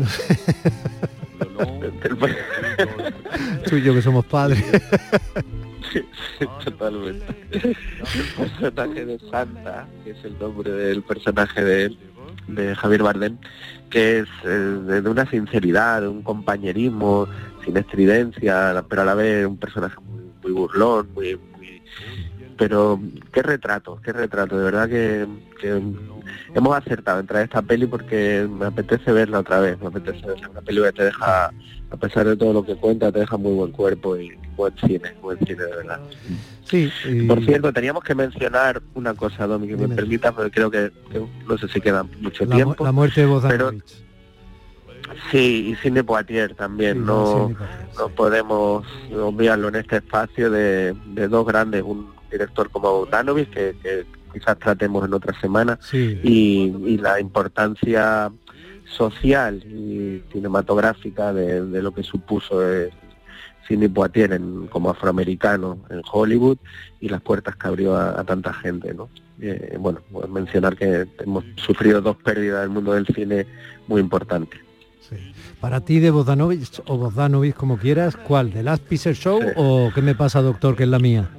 Speaker 2: Tú y yo que somos padres.
Speaker 16: Sí, totalmente. El personaje de Santa, que es el nombre del personaje de Javier Bardem, que es de una sinceridad, de un compañerismo, sin estridencia, pero a la vez un personaje muy burlón, muy pero qué retrato, de verdad que hemos acertado en traer esta peli, porque me apetece verla otra vez, me apetece verla, una peli que te deja, a pesar de todo lo que cuenta, te deja muy buen cuerpo y buen cine de verdad.
Speaker 2: Sí,
Speaker 16: Por cierto, teníamos que mencionar una cosa, Domi, que me permita, porque creo que no sé si queda mucho tiempo.
Speaker 2: La muerte de Bogdanovich.
Speaker 16: Sí, y Sidney Poitier también, sí, no podemos obviarlo en este espacio de dos grandes, un director como Bogdanovich, que quizás tratemos en otra semana,
Speaker 2: sí.
Speaker 16: y la importancia social y cinematográfica de lo que supuso Sidney Poitier como afroamericano en Hollywood, y las puertas que abrió a tanta gente, ¿no? Bueno, pues mencionar que hemos sufrido 2 pérdidas del mundo del cine muy importantes.
Speaker 2: Sí. Para ti, de Bogdanovich o Bogdanovich, como quieras, ¿cuál? ¿The Last Picture Show o ¿Qué me pasa, doctor?, que es la mía?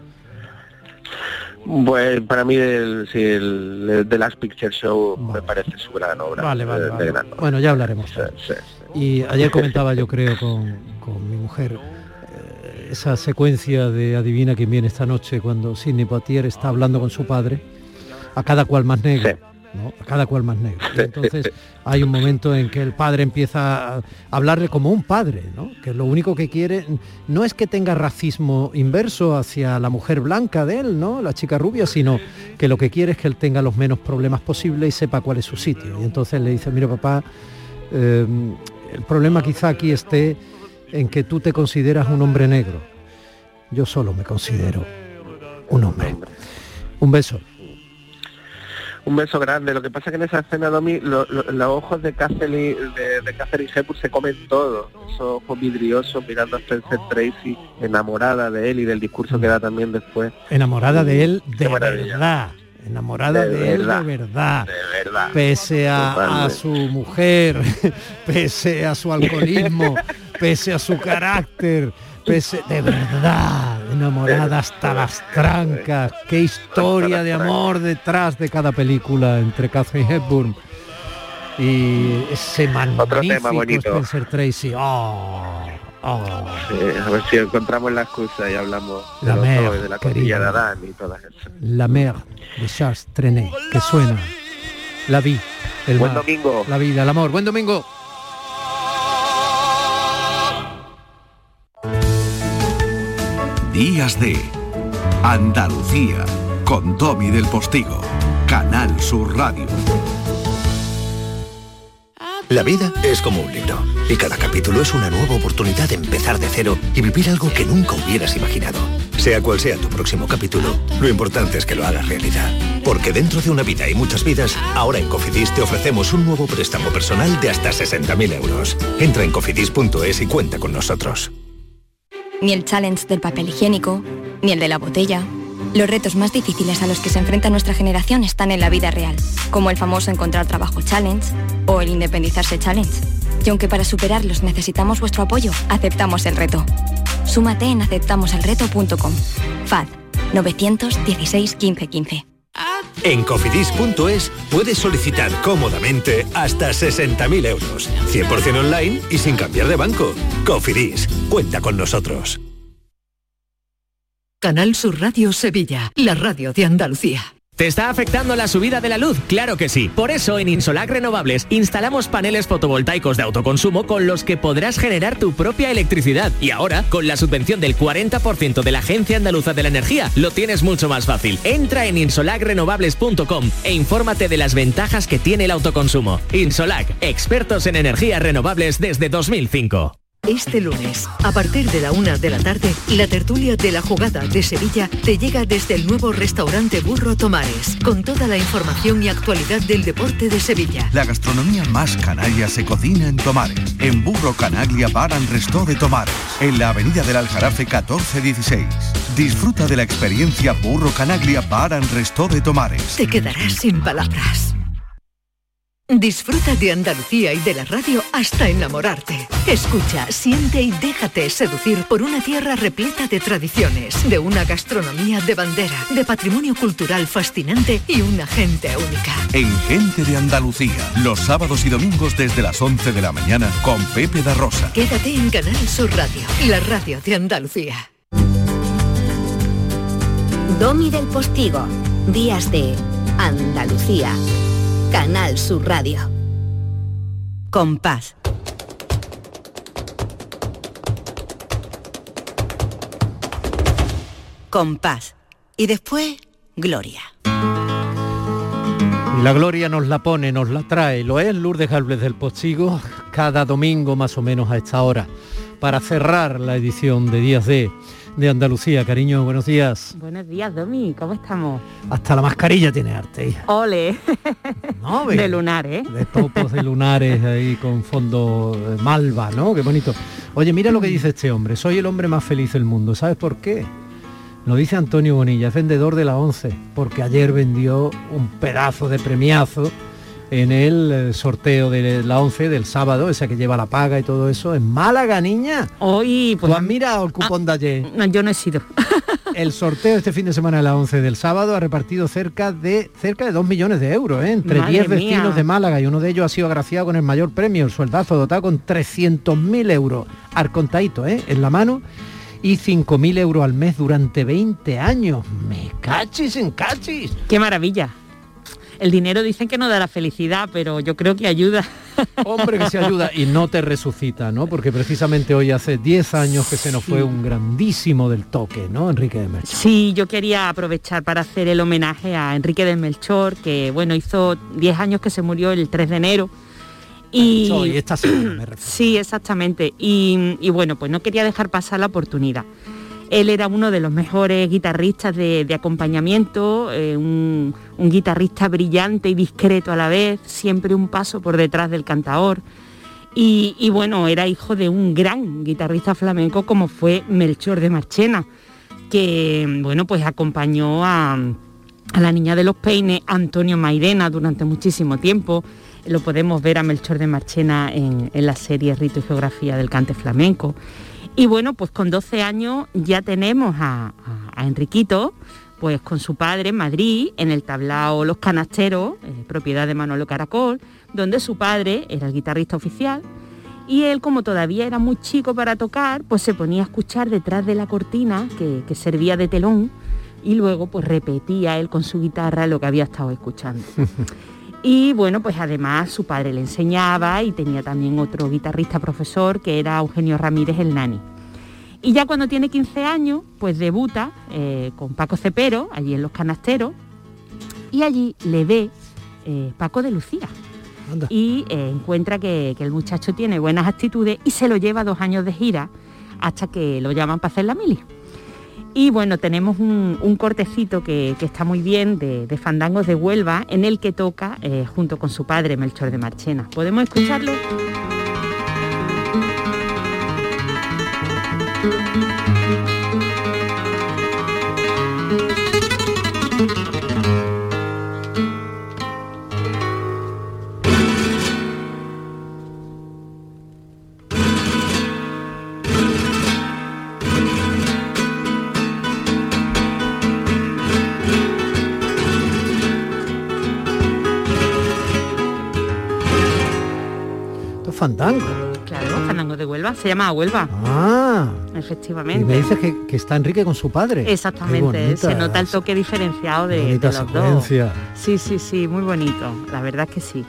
Speaker 16: Pues para mí el The Last Picture Show me parece su gran obra.
Speaker 2: Vale. Bueno, ya hablaremos.
Speaker 16: Sí.
Speaker 2: Y ayer comentaba, yo creo, con mi mujer, esa secuencia de Adivina quién viene esta noche, cuando Sidney Poitier está hablando con su padre, a cada cual más negro. Sí. ¿No? A cada cual más negro. Y entonces hay un momento en que el padre empieza a hablarle como un padre, ¿no? Que lo único que quiere no es que tenga racismo inverso hacia la mujer blanca de él, ¿no? La chica rubia, sino que lo que quiere es que él tenga los menos problemas posibles y sepa cuál es su sitio. Y entonces le dice: mira, papá, el problema quizá aquí esté en que tú te consideras un hombre negro. Yo solo me considero un hombre. Un beso.
Speaker 16: Un beso grande. Lo que pasa es que en esa escena, Domi, los ojos de Catherine Hepburn se comen todo. Esos ojos vidriosos mirando a Spencer Tracy, enamorada de él y del discurso que da también después.
Speaker 2: Enamorada de él de verdad. Enamorada de él de verdad. Pese a su mujer, pese a su alcoholismo, pese a su carácter, de verdad, enamorada hasta las trancas. Qué historia de amor detrás de cada película entre Catherine Hepburn y ese magnífico Spencer Tracy.
Speaker 16: A ver si encontramos la excusa y hablamos de la costilla de Adán y todas esas.
Speaker 2: La Mer de Charles Trenet, que suena. La vi.
Speaker 16: Buen domingo.
Speaker 2: La vida, el amor. Buen domingo.
Speaker 7: Días de Andalucía con Domi del Postigo. Canal Sur Radio.
Speaker 18: La vida es como un libro y cada capítulo es una nueva oportunidad de empezar de cero y vivir algo que nunca hubieras imaginado. Sea cual sea tu próximo capítulo, lo importante es que lo hagas realidad. Porque dentro de una vida y muchas vidas, ahora en Cofidis te ofrecemos un nuevo préstamo personal de hasta 60.000 euros. Entra en cofidis.es y cuenta con nosotros.
Speaker 19: Ni el challenge del papel higiénico, ni el de la botella. Los retos más difíciles a los que se enfrenta nuestra generación están en la vida real, como el famoso encontrar trabajo challenge o el independizarse challenge. Y aunque para superarlos necesitamos vuestro apoyo, aceptamos el reto. Súmate en aceptamoselreto.com. FAD 916 15 15.
Speaker 18: En cofidis.es puedes solicitar cómodamente hasta 60.000 euros, 100% online y sin cambiar de banco. Cofidis, cuenta con nosotros.
Speaker 13: Canal Sur Radio Sevilla, la radio de Andalucía.
Speaker 20: ¿Te está afectando la subida de la luz? Claro que sí. Por eso en Insolac Renovables instalamos paneles fotovoltaicos de autoconsumo con los que podrás generar tu propia electricidad. Y ahora, con la subvención del 40% de la Agencia Andaluza de la Energía, lo tienes mucho más fácil. Entra en insolacrenovables.com e infórmate de las ventajas que tiene el autoconsumo. Insolac, expertos en energías renovables desde 2005.
Speaker 13: Este lunes, a partir de la 1 de la tarde, la tertulia de la jugada de Sevilla te llega desde el nuevo restaurante Burro Tomares, con toda la información y actualidad del deporte de Sevilla.
Speaker 7: La gastronomía más canaria se cocina en Tomares, en Burro Canaglia Bar and Restó de Tomares, en la avenida del Aljarafe 1416. Disfruta de la experiencia Burro Canaglia Bar and Restó de Tomares.
Speaker 13: Te quedarás sin palabras. Disfruta de Andalucía y de la radio hasta enamorarte. Escucha, siente y déjate seducir por una tierra repleta de tradiciones, de una gastronomía de bandera, de patrimonio cultural fascinante y una gente única.
Speaker 7: En Gente de Andalucía, los sábados y domingos desde las 11 de la mañana con Pepe da Rosa.
Speaker 13: Quédate en Canal Sur Radio, la radio de Andalucía.
Speaker 1: Domi del Postigo, Días de Andalucía. Canal Sur Radio.
Speaker 21: Compás. Compás. Y después, Gloria.
Speaker 2: Y la gloria nos la pone, nos la trae. Lo es Lourdes Galvez del Postigo, cada domingo más o menos a esta hora, para cerrar la edición de Días de Andalucía. Cariño, buenos días.
Speaker 22: Buenos días, Domi, ¿cómo estamos?
Speaker 2: Hasta la mascarilla tiene arte, hija.
Speaker 22: Ole.
Speaker 2: ¿No?
Speaker 22: De lunares.
Speaker 2: De topos de lunares ahí con fondo malva, ¿no? Qué bonito. Oye, mira lo que dice este hombre. Soy el hombre más feliz del mundo. ¿Sabes por qué? Lo dice Antonio Bonilla, es vendedor de la 11, porque ayer vendió un pedazo de premiazo en el sorteo de la 11 del sábado, esa que lleva la paga y todo eso, en Málaga, niña.
Speaker 22: Hoy, pues,
Speaker 2: ¿tú has mirado el cupón de ayer?
Speaker 22: No, yo no he sido.
Speaker 2: El sorteo este fin de semana de la 11 del sábado ha repartido cerca de 2 millones de euros, entre 10 vecinos de Málaga, y uno de ellos ha sido agraciado con el mayor premio, el sueldazo dotado con 300.000 euros, al contadito, en la mano, y 5.000 euros al mes durante 20 años. Me cachis en cachis.
Speaker 22: ¡Qué maravilla! El dinero dicen que no da la felicidad, pero yo creo que ayuda.
Speaker 2: Hombre, que se ayuda y no te resucita, ¿no? Porque precisamente hoy hace 10 años que se nos fue un grandísimo del toque, ¿no? Enrique de Melchor.
Speaker 22: Sí, yo quería aprovechar para hacer el homenaje a Enrique de Melchor, que bueno, hizo 10 años que se murió el 3 de enero. Y
Speaker 2: esta semana me refiero.
Speaker 22: Sí, exactamente. Y bueno, pues no quería dejar pasar la oportunidad. Él era uno de los mejores guitarristas de acompañamiento, un guitarrista brillante y discreto a la vez, siempre un paso por detrás del cantaor. Y bueno, era hijo de un gran guitarrista flamenco como fue Melchor de Marchena, que bueno, pues acompañó a la Niña de los Peines, Antonio Mairena, durante muchísimo tiempo. Lo podemos ver a Melchor de Marchena en la serie Rito y Geografía del Cante Flamenco. Y bueno, pues con 12 años ya tenemos a Enriquito, pues con su padre en Madrid, en el tablao Los Canasteros, propiedad de Manolo Caracol, donde su padre era el guitarrista oficial, y él, como todavía era muy chico para tocar, pues se ponía a escuchar detrás de la cortina que servía de telón, y luego pues repetía él con su guitarra lo que había estado escuchando. Y bueno, pues además su padre le enseñaba, y tenía también otro guitarrista profesor que era Eugenio Ramírez el Nani. Y ya cuando tiene 15 años, pues debuta con Paco Cepero, allí en Los Canasteros, y allí le ve Paco de Lucía.
Speaker 2: Anda.
Speaker 22: Y encuentra que el muchacho tiene buenas actitudes y se lo lleva 2 años de gira hasta que lo llaman para hacer la mili. Y bueno, tenemos un cortecito que está muy bien de Fandangos de Huelva, en el que toca junto con su padre, Melchor de Marchena. ¿Podemos escucharlo?
Speaker 2: Fandango.
Speaker 22: Claro, Fandango de Huelva, se llama Huelva.
Speaker 2: Ah.
Speaker 22: Efectivamente.
Speaker 2: Y me dices que está Enrique con su padre.
Speaker 22: Exactamente, se nota el toque diferenciado de los
Speaker 2: secuencia.
Speaker 22: Dos. Sí, muy bonito, la verdad es que sí.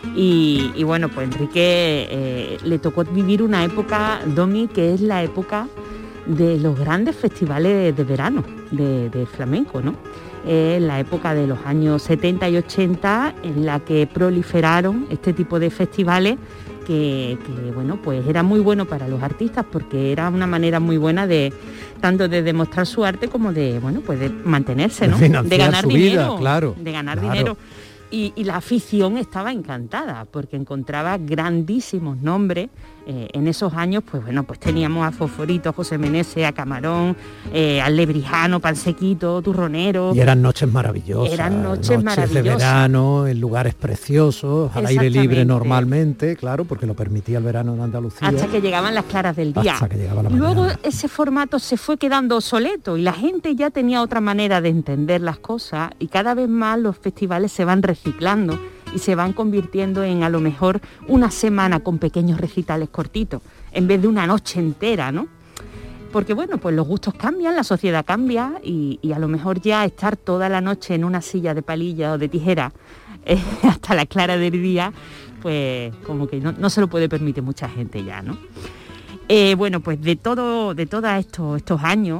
Speaker 22: Y bueno, pues Enrique le tocó vivir una época, Domi, que es la época de los grandes festivales de verano de flamenco, ¿no? La época de los años 70 y 80 en la que proliferaron este tipo de festivales que bueno, pues era muy bueno para los artistas porque era una manera muy buena de tanto de demostrar su arte como de, bueno, pues de mantenerse, ¿no? De ganar dinero,
Speaker 2: vida, claro,
Speaker 22: de ganar dinero. Y la afición estaba encantada porque encontraba grandísimos nombres. En esos años, pues bueno, pues teníamos a Fosforito, a José Meneses, a Camarón, al Lebrijano, Pansequito, Turronero.
Speaker 2: Y eran noches maravillosas.
Speaker 22: Eran noches maravillosas.
Speaker 2: De verano, en lugares preciosos, al aire libre normalmente, claro, porque lo permitía el verano en Andalucía.
Speaker 22: Hasta que llegaban las claras del día.
Speaker 2: Hasta que llegaba la
Speaker 22: Luego
Speaker 2: mañana.
Speaker 22: ese formato se fue quedando obsoleto y la gente ya tenía otra manera de entender las cosas y cada vez más los festivales se van reciclando y se van convirtiendo en a lo mejor una semana con pequeños recitales cortitos, en vez de una noche entera, ¿no? Porque bueno, pues los gustos cambian, la sociedad cambia y a lo mejor ya estar toda la noche en una silla de palilla o de tijera hasta la clara del día, pues como que no se lo puede permitir mucha gente ya, ¿no? Bueno, pues de todos estos años,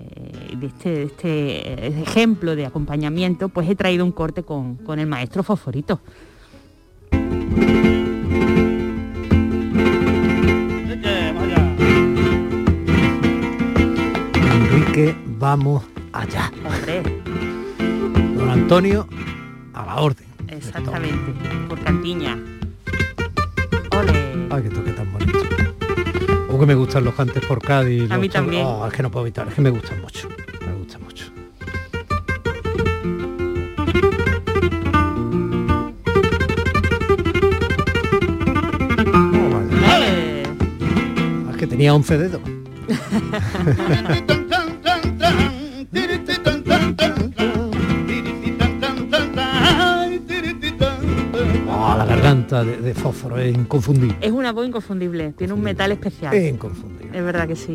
Speaker 22: de este ejemplo de acompañamiento, pues he traído un corte con el maestro Fosforito.
Speaker 2: Enrique, vamos allá.
Speaker 22: Hombre.
Speaker 2: Don Antonio, a la orden.
Speaker 22: Exactamente, por Cantiña. Ole.
Speaker 2: Ay, qué toque tan bonito. Como que me gustan los cantes por Cádiz.
Speaker 22: A mí también.
Speaker 2: Oh, es que no puedo evitar, es que me gustan mucho. Me gustan mucho.
Speaker 22: ¡Vale!
Speaker 2: Es que tenía 11 dedos. La garganta de Fósforo es inconfundible.
Speaker 22: Es una voz inconfundible, tiene un metal especial.
Speaker 2: Es inconfundible.
Speaker 22: Es verdad que sí.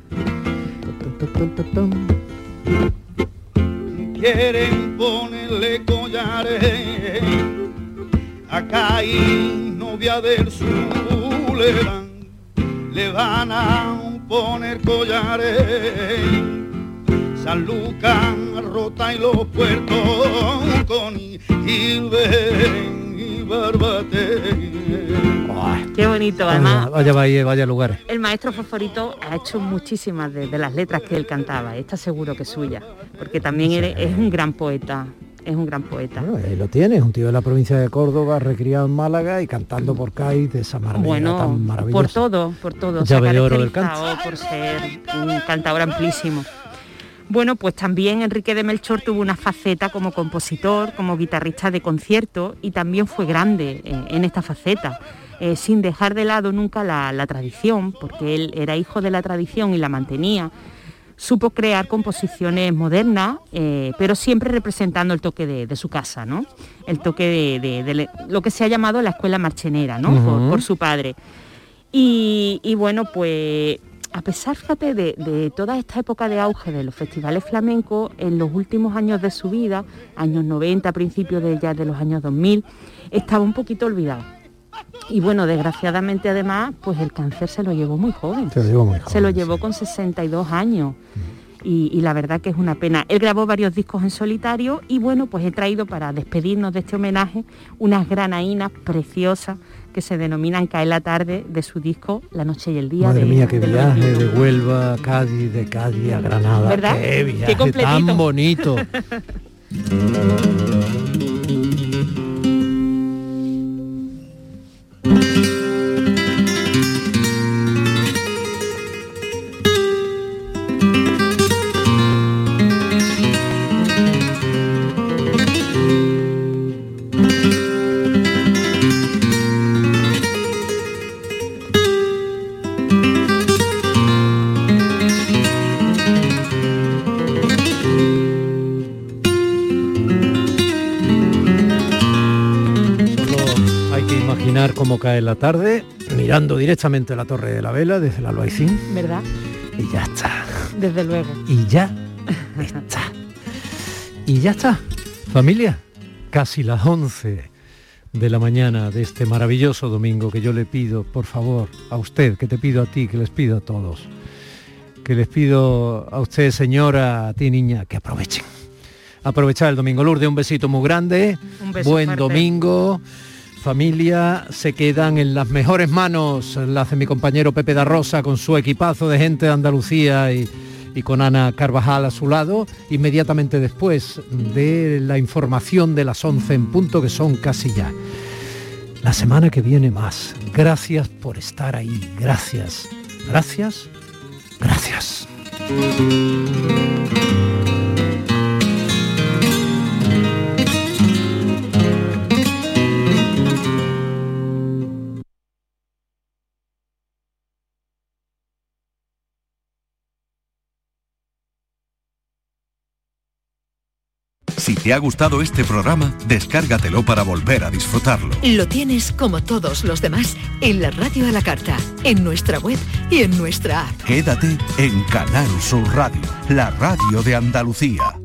Speaker 3: Quieren ponerle collares a Caín, novia del Zulerán. Le van a poner collares San Lucas, Rota y los puertos con Gilbert.
Speaker 22: Qué bonito, además.
Speaker 2: Vaya lugares.
Speaker 22: El maestro Fosforito ha hecho muchísimas de las letras que él cantaba, está seguro que es suya, porque también es un gran poeta. Es un gran poeta.
Speaker 2: Bueno, ahí lo tienes, un tío de la provincia de Córdoba, recriado en Málaga y cantando por Cádiz de esa manera tan maravillosa.
Speaker 22: Por todo.
Speaker 2: Llave de oro del canto.
Speaker 22: Por ser un cantador amplísimo. Bueno, pues también Enrique de Melchor tuvo una faceta como compositor, como guitarrista de concierto y también fue grande en esta faceta, sin dejar de lado nunca la tradición, porque él era hijo de la tradición y la mantenía. Supo crear composiciones modernas, pero siempre representando el toque de su casa, ¿no? El toque de lo que se ha llamado la escuela marchenera, ¿no? Uh-huh. por su padre. Y bueno, pues a pesar, fíjate, de toda esta época de auge de los festivales flamencos, en los últimos años de su vida, años 90, principios de los años 2000, estaba un poquito olvidado. Y bueno, desgraciadamente además, pues el cáncer se lo llevó muy joven. Se lo llevó con 62 años. y la verdad que es una pena. Él grabó varios discos en solitario y bueno, pues he traído para despedirnos de este homenaje unas granainas preciosas que se denominan Cae la tarde, de su disco La noche y el día.
Speaker 2: Madre mía, qué viaje de Huelva a Cádiz, de Cádiz a Granada.
Speaker 22: ¿Verdad?
Speaker 2: Qué viaje
Speaker 22: Qué
Speaker 2: tan bonito. Cómo cae la tarde, mirando directamente la Torre de la Vela desde el Albaicín.
Speaker 22: ¿Verdad?
Speaker 2: Y ya está.
Speaker 22: Desde luego.
Speaker 2: Y ya está. Y ya está. Familia, casi las 11 de la mañana de este maravilloso domingo que yo le pido, por favor, a usted, que te pido a ti, que les pido a todos, que les pido a usted, señora, a ti, niña, que aprovechen. Aprovechar el domingo. Lourdes, un besito muy grande.
Speaker 22: Un beso
Speaker 2: Buen
Speaker 22: fuerte.
Speaker 2: domingo. Familia, se quedan en las mejores manos las de mi compañero Pepe da Rosa con su equipazo de gente de Andalucía y con Ana Carvajal a su lado, inmediatamente después de la información de las 11 en punto, que son casi ya. La semana que viene más. Gracias por estar ahí. Gracias. Gracias. Gracias.
Speaker 7: Si te ha gustado este programa, descárgatelo para volver a disfrutarlo.
Speaker 13: Lo tienes, como todos los demás, en la radio a la carta, en nuestra web y en nuestra app.
Speaker 7: Quédate en Canal Sur Radio, la radio de Andalucía.